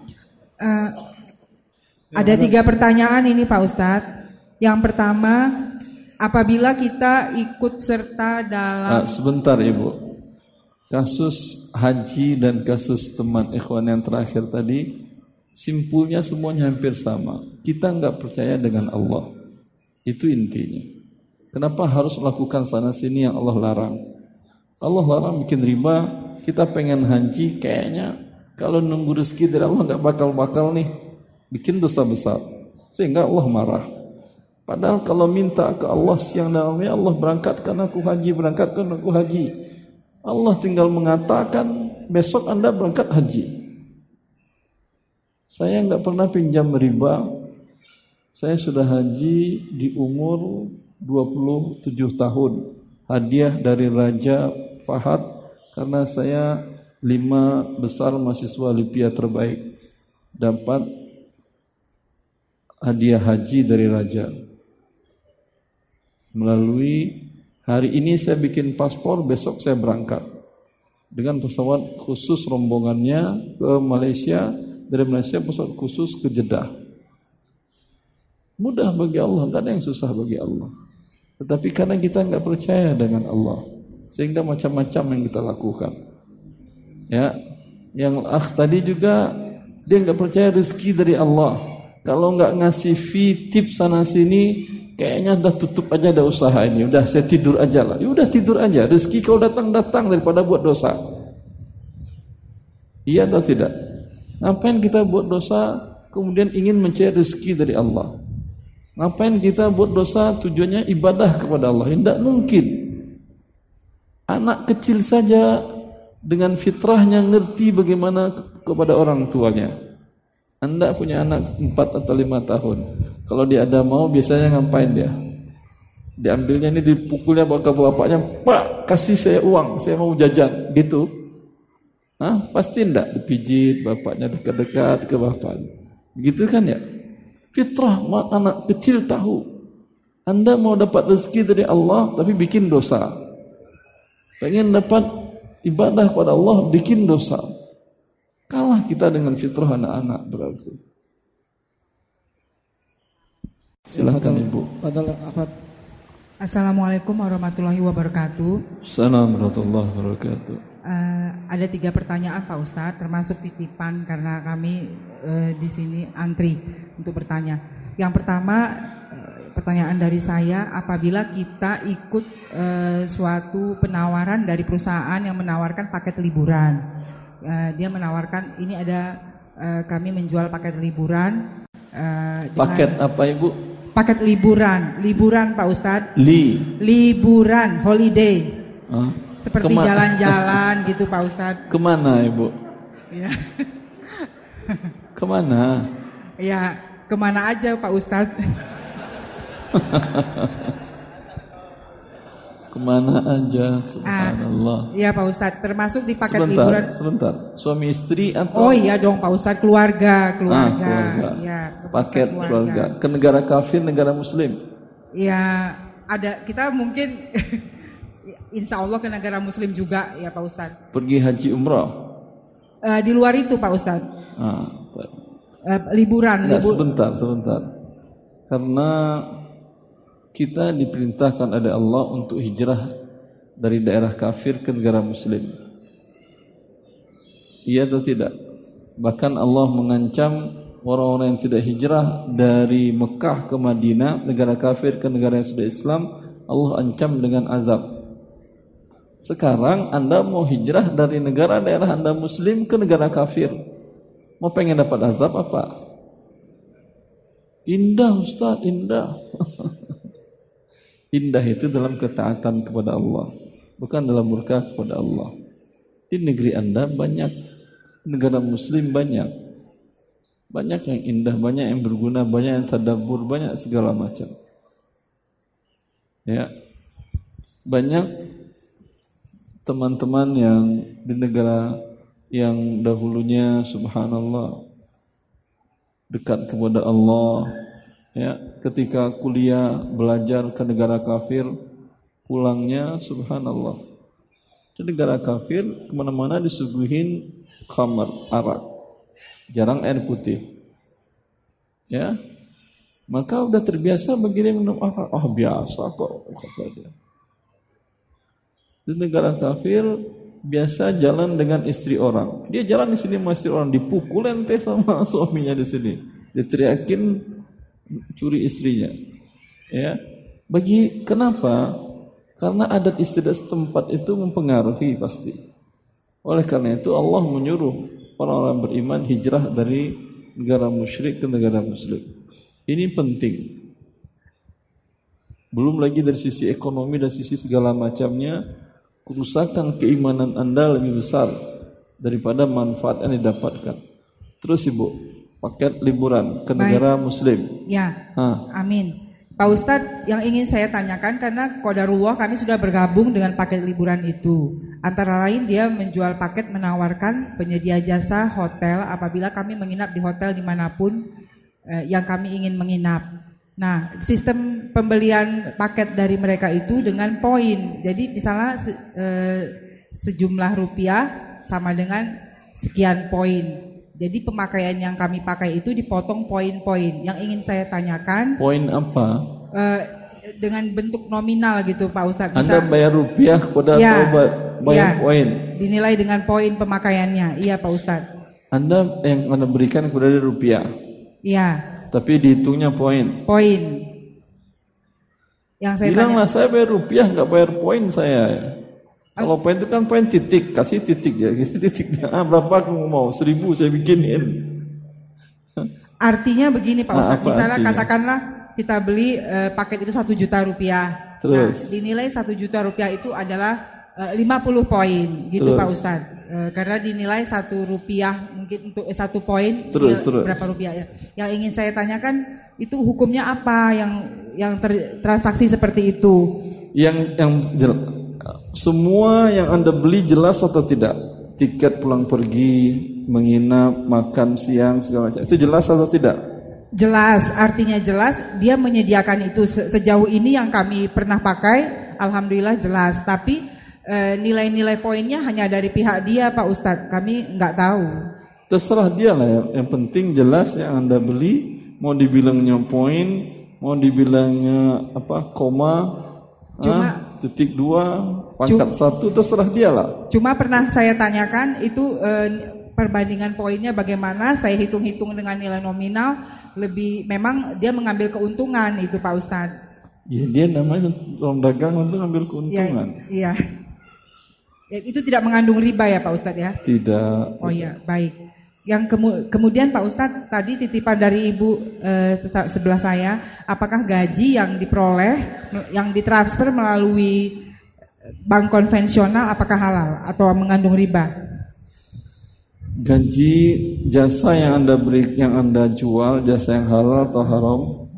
Ada 3 pertanyaan ini Pak Ustadz. Yang pertama, apabila kita ikut serta dalam... Sebentar Ibu. Kasus haji dan kasus teman ikhwan yang terakhir tadi, simpulnya semuanya hampir sama. Kita enggak percaya dengan Allah. Itu intinya. Kenapa harus melakukan sana sini yang Allah larang? Allah larang bikin riba, kita pengen haji, kayaknya kalau nunggu rezeki dari Allah enggak bakal nih. Bikin dosa besar. Sehingga Allah marah. Padahal kalau minta ke Allah siang dan malam, ya Allah berangkatkan aku haji. Allah tinggal mengatakan besok Anda berangkat haji. Saya enggak pernah pinjam riba. Saya sudah haji di umur 27 tahun. Hadiah dari Raja Fahad karena saya 5 besar mahasiswa Lipia terbaik. Dapat hadiah haji dari Raja. Melalui hari ini saya bikin paspor, besok saya berangkat dengan pesawat khusus rombongannya ke Malaysia, dari Malaysia pesawat khusus ke Jeddah. Mudah bagi Allah, tidak ada yang susah bagi Allah. Tetapi karena kita enggak percaya dengan Allah, sehingga macam-macam yang kita lakukan. Ya, yang tadi juga dia enggak percaya rezeki dari Allah. Kalau enggak ngasih fee tip sana sini, kayaknya udah tutup aja ada usaha ini. Udah saya tidur aja lah. Ya udah tidur aja. Rezeki kalau datang daripada buat dosa. Iya atau tidak? Ngapain kita buat dosa kemudian ingin mencari rezeki dari Allah? Ngapain kita buat dosa tujuannya ibadah kepada Allah? Tidak mungkin. Anak kecil saja dengan fitrahnya ngerti bagaimana kepada orang tuanya. Anda punya anak 4 atau 5 tahun. Kalau dia ada mau biasanya ngapain dia? Diambilnya ini, dipukulnya ke bapaknya, Pak kasih saya uang, saya mau jajan, gitu. Hah? Pasti enggak, dipijit bapaknya, dekat-dekat ke bapaknya. Begitu kan ya? Fitrah anak kecil tahu. Anda mau dapat rezeki dari Allah tapi bikin dosa. Pengen dapat ibadah pada Allah, bikin dosa. Kalah kita dengan fitrah anak-anak berarti. Silakan Ibu. Assalamualaikum warahmatullahi wabarakatuh. Assalamualaikum warahmatullahi wabarakatuh. Ada 3 pertanyaan Pak Ustadz, termasuk titipan karena kami di sini antri untuk bertanya. Yang pertama, pertanyaan dari saya, apabila kita ikut suatu penawaran dari perusahaan yang menawarkan paket liburan. Dia menawarkan ini ada kami menjual paket liburan. Paket apa Ibu? Paket liburan Pak Ustadz. Liburan, holiday. Seperti jalan-jalan gitu Pak Ustadz. Kemana Ibu? Ya. Kemana? Ya kemana aja Pak Ustadz. Kemana aja, subhanallah. Iya Pak Ustadz, termasuk di paket liburan. Sebentar, suami istri atau? Oh iya dong Pak Ustadz, keluarga. Ya, paket keluarga. Ke negara kafir, negara muslim? Ya, ada, kita mungkin insya Allah ke negara muslim juga ya Pak Ustadz. Pergi haji umrah? Di luar itu Pak Ustadz. Liburan. Sebentar. Karena kita diperintahkan oleh Allah untuk hijrah dari daerah kafir ke negara muslim. Iya atau tidak? Bahkan Allah mengancam orang-orang yang tidak hijrah dari Mekah ke Madinah, negara kafir ke negara yang sudah Islam, Allah ancam dengan azab. Sekarang Anda mau hijrah dari negara daerah Anda muslim ke negara kafir, mau pengen dapat azab apa? Indah Ustaz, indah. Indah itu dalam ketaatan kepada Allah, bukan dalam murka kepada Allah. Di negeri Anda banyak, negara muslim banyak yang indah, banyak yang berguna, banyak yang tadabbur, banyak segala macam. Ya, banyak teman-teman yang di negara yang dahulunya subhanallah dekat kepada Allah, ya, ketika kuliah belajar ke negara kafir, pulangnya subhanallah di negara kafir kemana-mana disuguhin khamar, arak, jarang air putih, ya, maka udah terbiasa begini minum arak. Oh biasa kok, kata dia. Di negara kafir biasa jalan dengan istri orang, dia jalan di sini sama istri orang, dipukul ente sama suaminya di sini, diteriakin curi istrinya, ya. Kenapa? Karena adat istiadat setempat itu mempengaruhi pasti. Oleh karena itu Allah menyuruh orang-orang beriman hijrah dari negara musyrik ke negara muslim. Ini penting. Belum lagi dari sisi ekonomi dan sisi segala macamnya, kerusakan keimanan Anda lebih besar daripada manfaat yang didapatkan. Terus Ibu, paket liburan ke negara muslim. Ya, amin. Pak Ustadz, yang ingin saya tanyakan, karena qadarullah kami sudah bergabung dengan paket liburan itu. Antara lain dia menjual paket menawarkan penyedia jasa hotel apabila kami menginap di hotel dimanapun yang kami ingin menginap. Nah, sistem pembelian paket dari mereka itu dengan poin. Jadi misalnya sejumlah rupiah sama dengan sekian poin. Jadi pemakaian yang kami pakai itu dipotong poin-poin. Yang ingin saya tanyakan, poin apa? Dengan bentuk nominal gitu Pak Ustadz. Anda bayar rupiah kepada atau bayar poin? Dinilai dengan poin pemakaiannya. Iya Pak Ustadz. Yang Anda berikan kepada dia rupiah. Iya. Tapi dihitungnya poin. Poin. Yang saya bilanglah saya bayar rupiah, nggak bayar poin saya. Kalau poin itu kan poin titik, kasih titik ya, kasih titiknya. Berapa aku mau? 1.000 saya bikinin. Artinya begini Pak Ustadz, misalnya katakanlah kita beli paket itu 1 juta rupiah. Terus? Nah, dinilai 1 juta rupiah itu adalah 50 poin, gitu terus. Pak Ustadz. Karena dinilai 1 rupiah mungkin untuk 1 poin terus. Berapa rupiah ya? Yang ingin saya tanyakan itu hukumnya apa yang transaksi seperti itu? Semua yang Anda beli jelas atau tidak? Tiket pulang pergi, menginap, makan siang, segala macam. Itu jelas atau tidak? Jelas, artinya jelas. Dia menyediakan itu sejauh ini yang kami pernah pakai, alhamdulillah jelas. Tapi nilai-nilai poinnya hanya dari pihak dia Pak Ustadz. Kami nggak tahu. Terserah dia lah. Yang penting jelas yang Anda beli. Mau dibilangnya poin, mau dibilangnya koma, titik 2, pangkat 1, terserah dia lah. Cuma pernah saya tanyakan itu perbandingan poinnya bagaimana, saya hitung-hitung dengan nilai nominal, lebih memang dia mengambil keuntungan itu Pak Ustadz. Ya dia namanya orang dagang untuk ngambil keuntungan. Iya. Ya, itu tidak mengandung riba ya Pak Ustadz ya? Tidak. Oh iya, baik. Yang kemudian Pak Ustadz tadi titipan dari Ibu sebelah saya, apakah gaji yang diperoleh, yang ditransfer melalui bank konvensional apakah halal atau mengandung riba? Gaji jasa yang Anda beri, yang Anda jual, jasa yang halal atau haram?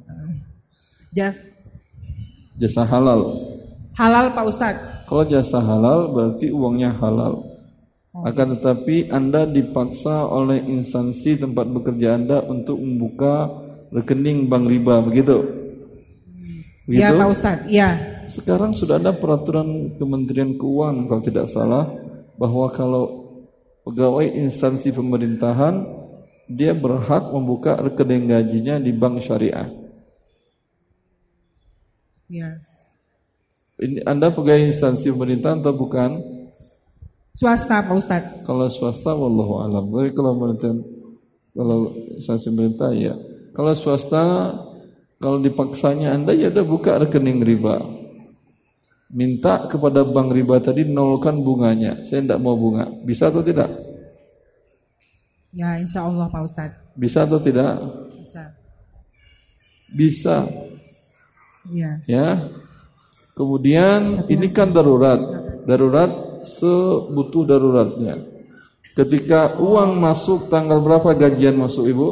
Jasa halal. Halal Pak Ustadz. Kalau jasa halal berarti uangnya halal. Akan tetapi Anda dipaksa oleh instansi tempat bekerja Anda untuk membuka rekening bank riba, begitu? Iya Pak Ustadz, iya. Sekarang sudah ada peraturan Kementerian Keuangan kalau tidak salah, bahwa kalau pegawai instansi pemerintahan dia berhak membuka rekening gajinya di bank syariah. Ya. Ini Anda pegawai instansi pemerintah atau bukan? Swasta Pak Ustadz. Kalau swasta wallahu alam. Tapi kalau instansi pemerintah ya. Kalau swasta, kalau dipaksanya Anda ya udah buka rekening riba. Minta kepada bank riba tadi nolkan bunganya. Saya tidak mau bunga. Bisa atau tidak? Ya, insya Allah Pak Ustadz. Bisa atau tidak? Bisa. Bisa. Ya. Ya. Kemudian ini kan darurat. Darurat sebutuh daruratnya. Ketika uang masuk tanggal berapa gajian masuk Ibu?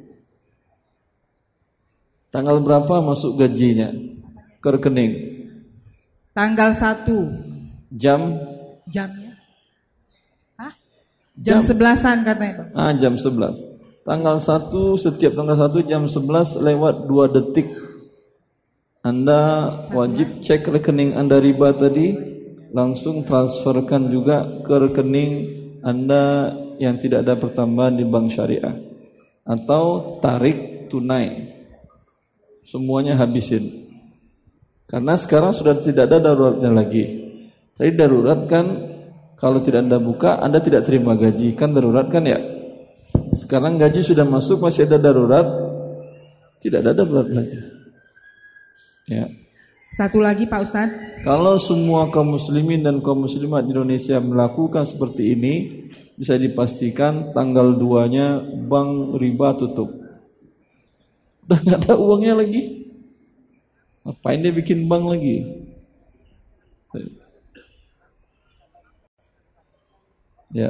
Tanggal berapa masuk gajinya ke rekening? Tanggal 1. Jamnya? Hah? Jam 11-an katanya Pak. Jam 11. Tanggal 1, setiap tanggal 1 jam 11 lewat 2 detik Anda wajib cek rekening Anda riba tadi, langsung transferkan juga ke rekening Anda yang tidak ada pertambahan di bank syariah, atau tarik tunai. Semuanya habisin. Karena sekarang sudah tidak ada daruratnya lagi. Tadi darurat kan kalau tidak Anda buka, Anda tidak terima gaji. Kan darurat kan ya? Sekarang gaji sudah masuk, masih ada darurat. Tidak ada darurat lagi. Ya. Satu lagi Pak Ustadz. Kalau semua kaum muslimin dan kaum muslimat di Indonesia melakukan seperti ini, bisa dipastikan tanggal 2-nya bank riba tutup. Udah gak ada uangnya lagi. Ngapain dia bikin bank lagi? Ya.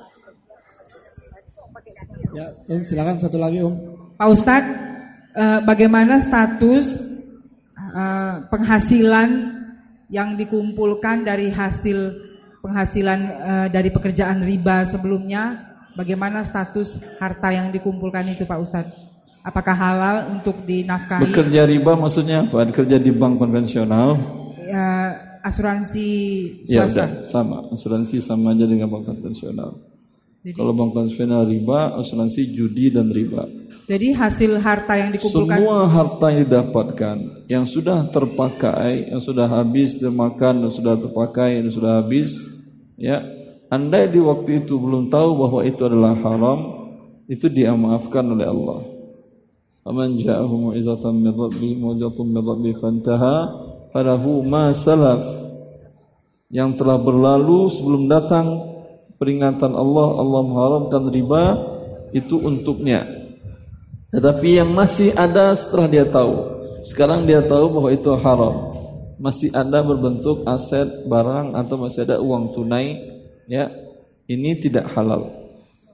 Ya, silakan satu lagi Pak Ustadz, bagaimana status penghasilan yang dikumpulkan dari hasil penghasilan dari pekerjaan riba sebelumnya? Bagaimana status harta yang dikumpulkan itu Pak Ustadz? Apakah halal untuk dinafkahi? Bekerja riba maksudnya apa? Kerja di bank konvensional? Ya, asuransi swasta. Ya udah, sama. Asuransi sama aja dengan bank konvensional. Jadi, kalau bank konvensional riba, asuransi judi dan riba. Jadi hasil harta yang dikumpulkan, semua harta yang didapatkan, yang sudah terpakai, yang sudah habis dimakan, yang sudah terpakai, yang sudah habis, ya, andai di waktu itu belum tahu bahwa itu adalah haram, itu dimaafkan oleh Allah. Aman ja'ahu mu'izatan min rabbi mu'izatun min rabbi fantaha falahu ma salaf. Yang telah berlalu sebelum datang peringatan Allah, Allah mengharamkan riba, itu untuknya. Tetapi yang masih ada setelah dia tahu, sekarang dia tahu bahwa itu haram, masih ada berbentuk aset, barang, atau masih ada uang tunai, ya, ini tidak halal.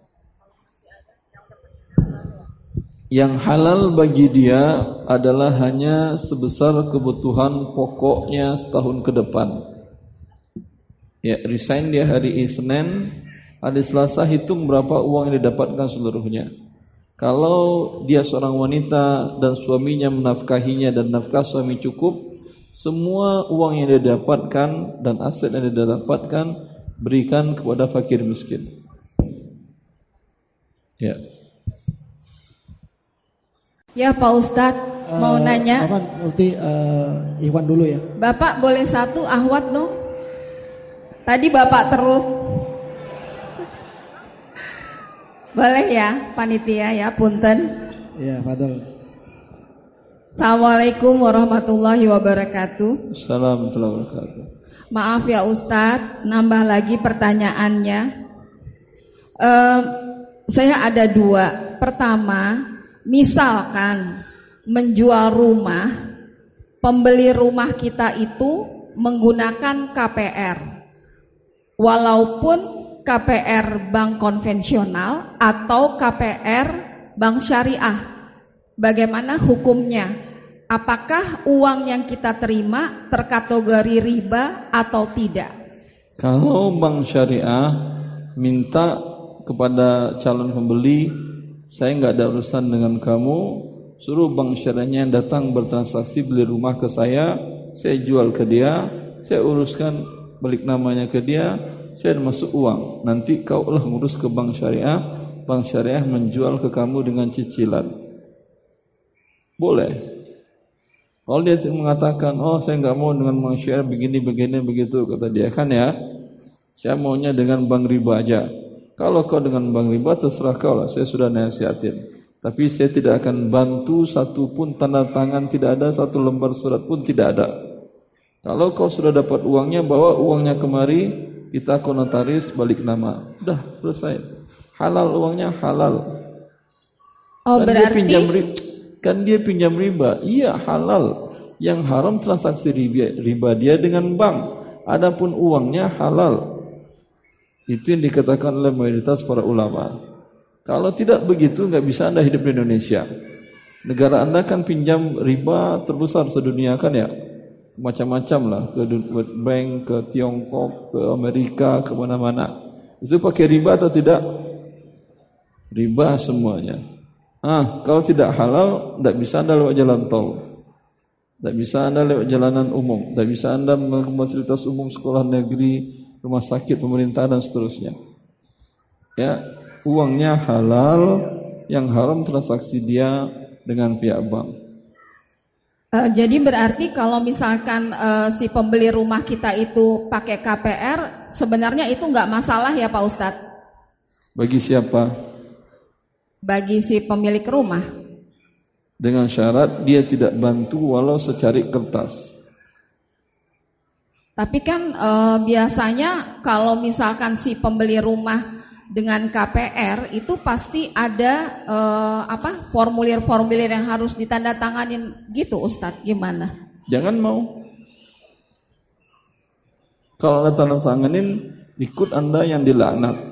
Yang halal bagi dia adalah hanya sebesar kebutuhan pokoknya setahun ke depan. Ya, resign dia hari Senin, hari Selasa hitung berapa uang yang didapatkan seluruhnya. Kalau dia seorang wanita dan suaminya menafkahinya dan nafkah suami cukup, semua uang yang dia dapatkan dan aset yang dia dapatkan berikan kepada fakir miskin. Ya. Ya Pak Ustadz, mau nanya. Nanti Iwan dulu ya. Bapak boleh satu ahwat dong. Tadi Bapak terus. Boleh ya, panitia ya, punten. Ya, Fadol. Assalamualaikum warahmatullahi wabarakatuh. Assalamualaikum warahmatullahi wabarakatuh. Maaf ya Ustadz, nambah lagi pertanyaannya. Saya ada dua. Pertama, misalkan menjual rumah, pembeli rumah kita itu menggunakan KPR, walaupun KPR bank konvensional atau KPR bank syariah, bagaimana hukumnya? Apakah uang yang kita terima terkategori riba atau tidak? Kalau bank syariah minta kepada calon pembeli, saya nggak ada urusan dengan kamu, suruh bank syariahnya yang datang bertransaksi beli rumah ke saya jual ke dia, saya uruskan balik namanya ke dia, saya masuk uang, nanti kau lah ngurus ke bank syariah menjual ke kamu dengan cicilan. Boleh. Kalau dia mengatakan, oh saya nggak mau dengan bank syariah begini begitu, kata dia kan ya, saya maunya dengan bank riba aja. Kalau kau dengan bank riba terserah kau lah, saya sudah nasihatin. Tapi saya tidak akan bantu satu pun tanda tangan tidak ada, satu lembar surat pun tidak ada. Kalau kau sudah dapat uangnya, bawa uangnya kemari, kita konotaris balik nama. Udah selesai. Halal uangnya halal. Oh, berarti dia pinjam riba. Iya halal. Yang haram transaksi riba dia dengan bank. Adapun uangnya halal. Itu yang dikatakan oleh mayoritas para ulama. Kalau tidak begitu nggak bisa Anda hidup di Indonesia. Negara Anda kan pinjam riba terbesar sedunia kan ya. Macam-macam lah, ke World Bank, ke Tiongkok, ke Amerika, ke mana-mana. Itu pakai riba atau tidak? Riba semuanya. Kalau tidak halal, tidak bisa Anda lewat jalan tol, tidak bisa Anda lewat jalanan umum, tidak bisa Anda melakukan fasilitas umum, sekolah negeri, rumah sakit, pemerintah dan seterusnya. Ya, uangnya halal, yang haram transaksi dia dengan pihak bank. Jadi berarti kalau misalkan si pembeli rumah kita itu pakai KPR, sebenarnya itu nggak masalah ya Pak Ustadz? Bagi siapa? Bagi si pemilik rumah. Dengan syarat dia tidak bantu walau secari kertas. Tapi kan biasanya kalau misalkan si pembeli rumah dengan KPR itu pasti ada formulir-formulir yang harus ditandatanganin gitu Ustadz, gimana? Jangan mau. Kalau Anda tandatanganin, ikut Anda yang dilaknat.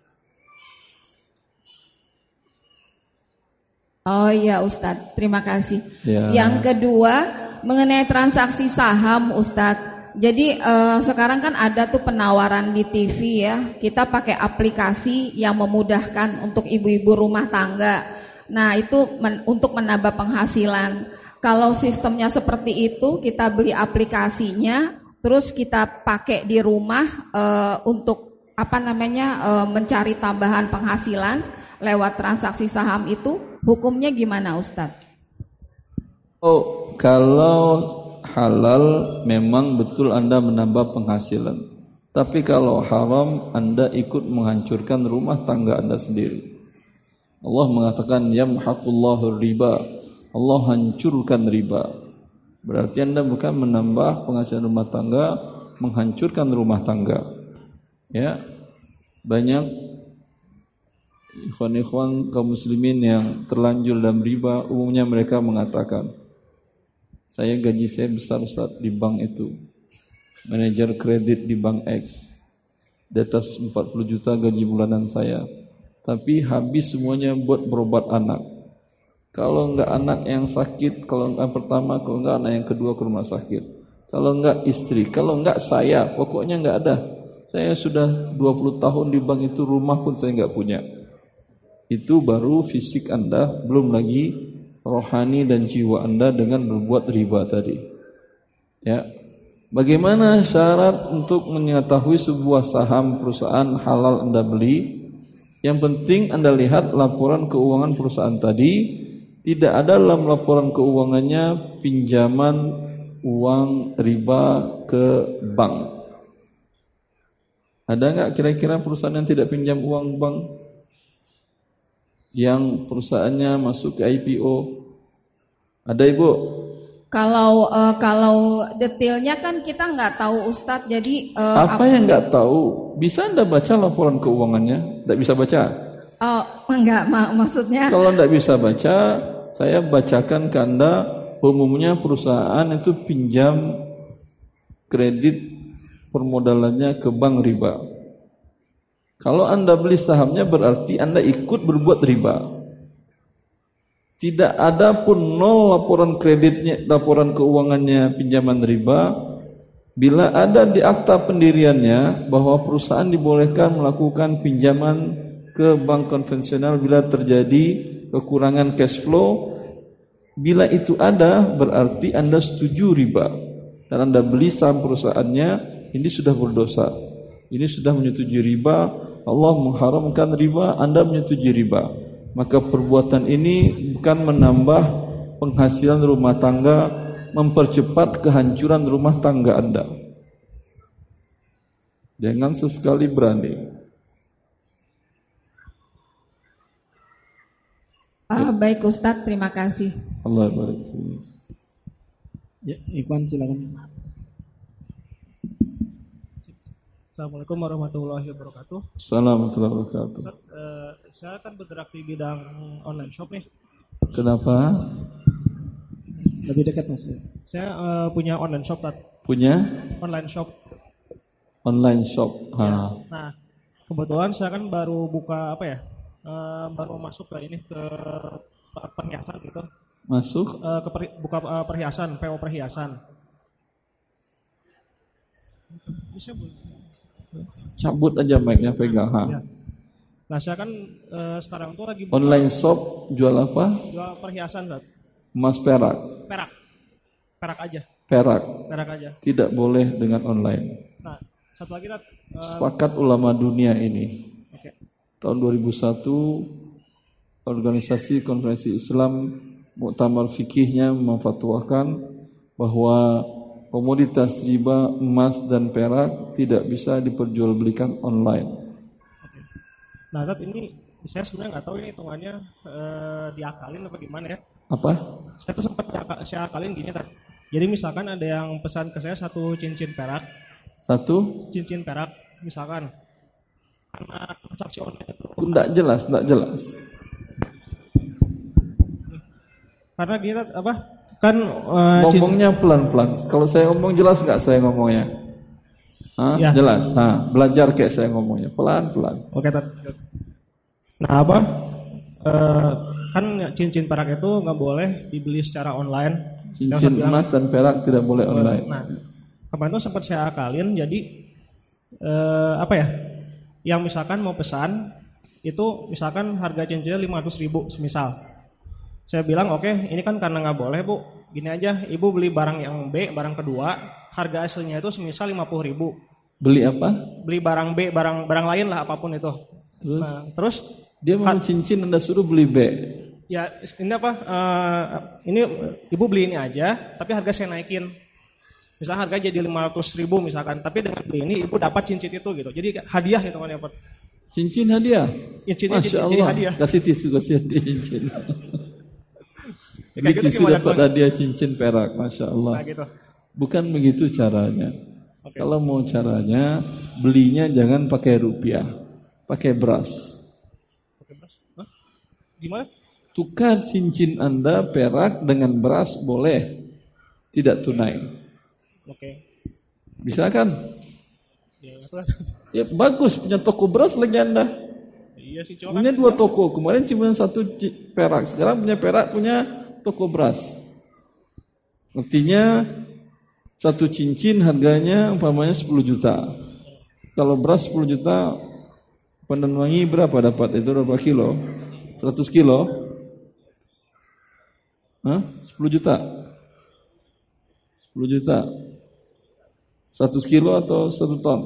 Oh iya Ustadz, terima kasih. Ya. Yang kedua mengenai transaksi saham Ustadz. Jadi sekarang kan ada tuh penawaran di TV ya, kita pakai aplikasi yang memudahkan untuk ibu-ibu rumah tangga. Nah itu untuk menambah penghasilan. Kalau sistemnya seperti itu, kita beli aplikasinya, terus kita pakai di rumah untuk mencari tambahan penghasilan lewat transaksi saham itu, hukumnya gimana Ustadz? Oh, kalau halal memang betul Anda menambah penghasilan. Tapi kalau haram Anda ikut menghancurkan rumah tangga Anda sendiri. Allah mengatakan yamhaqullahu riba. Allah hancurkan riba. Berarti Anda bukan menambah penghasilan rumah tangga, menghancurkan rumah tangga. Ya. Banyak ikhwan-ikhwan kaum muslimin yang terlanjur dalam riba, umumnya mereka mengatakan, saya gaji saya besar Ustaz di bank itu, manajer kredit di bank X, di atas 40 juta gaji bulanan saya, tapi habis semuanya buat berobat anak. Kalau enggak anak yang sakit, kalau enggak pertama, kalau enggak anak yang kedua ke rumah sakit, kalau enggak istri, kalau enggak saya, pokoknya enggak ada. Saya sudah 20 tahun di bank itu, rumah pun saya enggak punya. Itu baru fisik Anda, belum lagi rohani dan jiwa Anda dengan berbuat riba tadi. Ya. Bagaimana syarat untuk mengetahui sebuah saham perusahaan halal Anda beli? Yang penting Anda lihat laporan keuangan perusahaan tadi, tidak ada dalam laporan keuangannya pinjaman uang riba ke bank. Ada enggak kira-kira perusahaan yang tidak pinjam uang bank? Yang perusahaannya masuk ke IPO, ada Ibu? Kalau detailnya kan kita nggak tahu Ustadz, jadi apa yang nggak tahu? Bisa Anda baca laporan keuangannya? Tidak bisa baca? Enggak, maksudnya. Kalau tidak bisa baca, saya bacakan ke Anda. Umumnya perusahaan itu pinjam kredit permodalannya ke bank riba. Kalau Anda beli sahamnya berarti Anda ikut berbuat riba. Tidak ada pun nol laporan kreditnya, laporan keuangannya pinjaman riba. Bila ada di akta pendiriannya bahwa perusahaan dibolehkan melakukan pinjaman ke bank konvensional bila terjadi kekurangan cash flow, bila itu ada berarti Anda setuju riba dan Anda beli saham perusahaannya, ini sudah berdosa. Ini sudah menyetujui riba. Allah mengharamkan riba, Anda menyetujui riba. Maka perbuatan ini bukan menambah penghasilan rumah tangga, mempercepat kehancuran rumah tangga Anda. Jangan sesekali berani. Baik Ustadz, terima kasih. Allah barik. Ya, Ikhwan silakan. Assalamualaikum warahmatullahi wabarakatuh. Assalamualaikum warahmatullahi wabarakatuh. Ustaz, saya kan bergerak di bidang online shop nih. Kenapa? Lebih dekat Mas. Saya punya online shop, Tat. Punya? Online shop. Online shop. Ya. Nah, kebetulan saya kan baru buka apa ya? Baru masuk ke ini ke perhiasan gitu. Masuk? Buka perhiasan, PO perhiasan. Bisa cabut aja mic-nya, pegang. Ya. Nah, saya kan sekarang tuh lagi online shop jual apa? Jual perhiasan, Tat. Emas perak. Perak aja. Perak aja. Tidak boleh dengan online. Nah, satu lagi Tat. Sepakat ulama dunia ini. Okay. Tahun 2001 organisasi konferensi Islam Muktamar Fikihnya memfatwakan bahwa komoditas riba emas dan perak tidak bisa diperjualbelikan online. Okay. Nah, saat ini saya sebenarnya nggak tahu ini hitungannya diakalin apa gimana ya? Apa? Saya tuh sempat saya akalin gini Tat. Jadi misalkan ada yang pesan ke saya satu cincin perak. Satu? Cincin perak misalkan. Karena transaksi online itu enggak jelas. Karena gini Tat, apa? Kan ngomongnya pelan-pelan. Kalau saya ngomong jelas nggak saya ngomongnya? Ya. Jelas. Belajar kayak saya ngomongnya pelan-pelan. Oke, Tat. Nah, apa? Kan cincin perak itu nggak boleh dibeli secara online. Cincin emas dan perak tidak boleh online. Nah, kemarin tuh sempat saya akalin. Jadi apa ya? Yang misalkan mau pesan itu misalkan harga cincinnya 500.000 semisal. Saya bilang oke, ini kan karena nggak boleh Bu, gini aja, Ibu beli barang yang B, barang kedua, harga aslinya itu semisal 50.000. Beli apa? Beli barang B, barang lain lah apapun itu. Terus dia mau cincin, Anda suruh beli B. Ya ini apa? Ini Ibu beli ini aja, tapi harga saya naikin. Misalnya harga jadi 500.000 misalkan, tapi dengan beli ini Ibu dapat cincin itu gitu. Jadi hadiah gitu kan dapat. Cincin hadiah. Cincinnya Masya jadi hadiah. Kasih tisu, kasih hadiah cincin. Beli tisu dapat hadiah cincin perak, Masya Allah. Nah, gitu. Bukan begitu caranya. Okay. Kalau mau caranya, belinya jangan pakai rupiah, pakai beras. Pakai beras? Hah? Gimana? Tukar cincin Anda perak dengan beras boleh, tidak tunai. Oke. Bisa kan? Ya bagus, punya toko beras lagi Anda. Iya sih, punya 2 toko, kemarin cuma 1 perak, sekarang punya perak, punya toko beras. Artinya 1 cincin harganya umpamanya 10 juta. Kalau beras 10 juta, Pandan Wangi berapa dapat? Itu berapa kilo? 100 kilo? 10 juta? 10 juta 100 kilo atau 1 ton?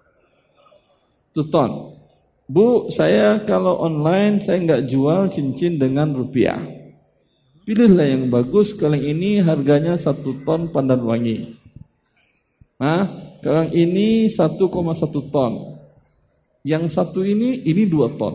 1 ton. Bu, saya kalau online saya nggak jual cincin dengan rupiah. Pilihlah yang bagus. Kalau ini harganya 1 ton Pandan Wangi. Kalau ini 1,1 ton. Yang satu ini 2 ton.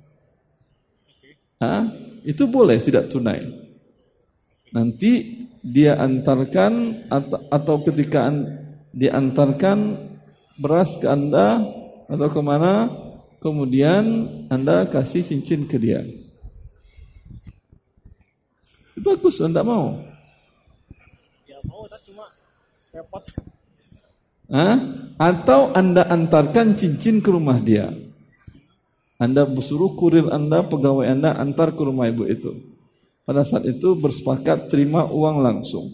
Itu boleh tidak tunai. Nanti dia antarkan atau ketika diantarkan beras ke Anda atau kemana, kemudian Anda kasih cincin ke dia. Bagus, Anda mau? Ya mau, cuma repot. Atau Anda antarkan cincin ke rumah dia. Anda suruh kurir Anda, pegawai Anda antar ke rumah ibu itu. Pada saat itu bersepakat terima uang langsung.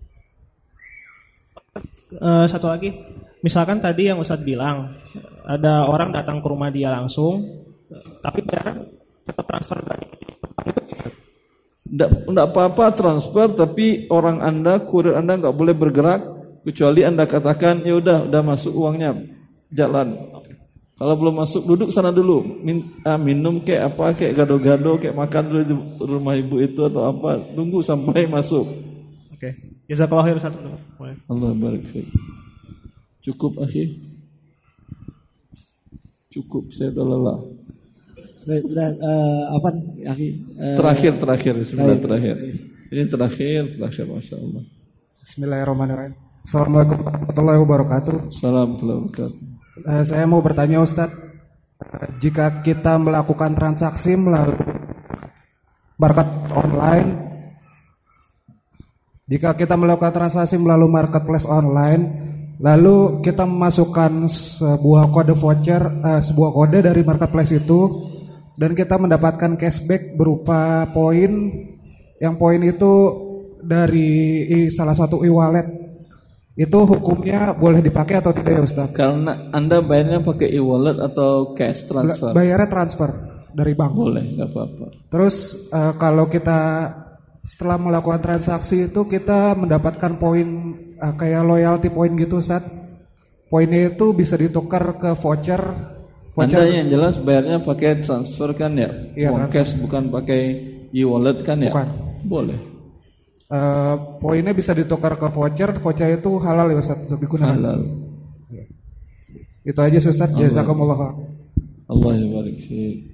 Satu lagi, misalkan tadi yang Ustadz bilang ada orang datang ke rumah dia langsung, tapi bayar tetap transfer dari Tidak apa-apa transfer, tapi orang Anda, kurir Anda nggak boleh bergerak kecuali Anda katakan ya udah masuk uangnya, jalan. Kalau belum masuk duduk sana dulu, minum kayak apa, kayak gado-gado, kayak makan dulu di rumah ibu itu atau apa, tunggu sampai masuk. Oke. Jazakallahu khair Ustaz. Allah barik fiik. Cukup akhi? Cukup, saya udah lelah. Baik, Afan, akhi. Terakhir, sebentar terakhir. Ini terakhir, Masya Allah. Bismillahirrahmanirrahim. Assalamualaikum warahmatullahi wabarakatuh. Assalamualaikum warahmatullahi wabarakatuh. Saya mau bertanya Ustaz, jika kita melakukan transaksi melalui marketplace online, lalu kita memasukkan sebuah kode voucher, sebuah kode dari marketplace itu, dan kita mendapatkan cashback berupa poin, yang poin itu dari salah satu e-wallet, itu hukumnya boleh dipakai atau tidak ya Ustaz? Karena Anda bayarnya pakai e-wallet atau cash transfer? Bayarnya transfer dari bank. Boleh, nggak apa-apa. Terus kalau kita setelah melakukan transaksi itu kita mendapatkan poin kayak loyalty point gitu Ustaz. Poinnya itu bisa ditukar ke voucher. Anda yang jelas bayarnya pakai transfer kan ya? Iya, uang cash, bukan pakai e-wallet kan ya? Bukan. Boleh. Poinnya bisa ditukar ke voucher itu halal ya Ustaz untuk digunakan. Halal. Itu aja Ustaz. Jazakumullah. Allah yabarik fiik.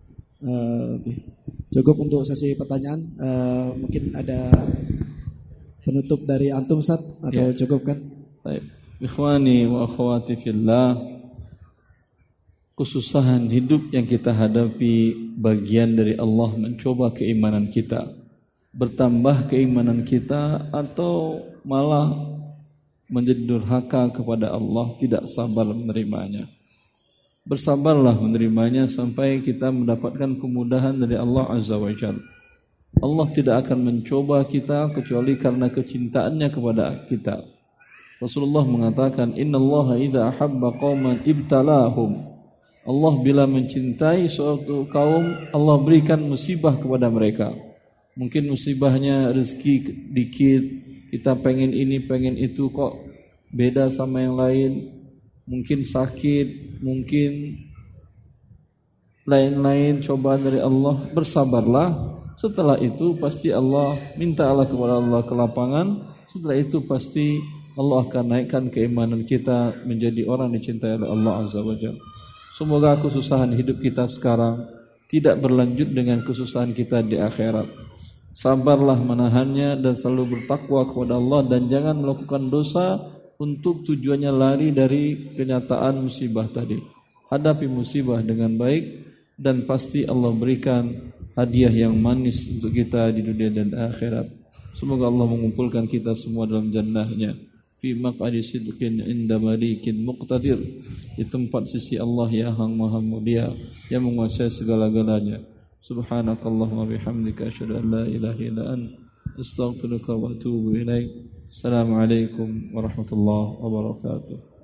Cukup untuk sesi pertanyaan. Mungkin ada penutup dari antum Ustaz atau cukup kan? Baik. Ikhwani wa akhwati fillah, kesusahan hidup yang kita hadapi bagian dari Allah mencoba keimanan kita. Bertambah keimanan kita atau malah menjadi durhaka kepada Allah, tidak sabar menerimanya. Bersabarlah menerimanya sampai kita mendapatkan kemudahan dari Allah Azza wa Jalla. Allah tidak akan mencoba kita kecuali karena kecintaannya kepada kita. Rasulullah mengatakan, innallaha idza ahabba qauman ibtalahum. Allah bila mencintai suatu kaum, Allah berikan musibah kepada mereka. Mungkin musibahnya rezeki dikit, kita pengen ini pengen itu kok beda sama yang lain. Mungkin sakit, mungkin lain-lain cobaan dari Allah. Bersabarlah. Setelah itu pasti Allah, mintalah kepada Allah kelapangan. Setelah itu pasti Allah akan naikkan keimanan kita menjadi orang dicintai oleh Allah Azza wa Jalla. Semoga kesusahan hidup kita sekarang tidak berlanjut dengan kesusahan kita di akhirat. Sabarlah menahannya dan selalu bertakwa kepada Allah, dan jangan melakukan dosa untuk tujuannya lari dari kenyataan musibah tadi. Hadapi musibah dengan baik dan pasti Allah berikan hadiah yang manis untuk kita di dunia dan akhirat. Semoga Allah mengumpulkan kita semua dalam jannahnya, fi maq'adi sidqin inda malikin muqtadir, di tempat sisi Allah yang maha mulia, yang menguasai segala-galanya. Subhanakallahumma bihamdika asyhadu an la ilaha illa anta astaghfiruka wa atubu ilaik. Assalamualaikum warahmatullahi wabarakatuh.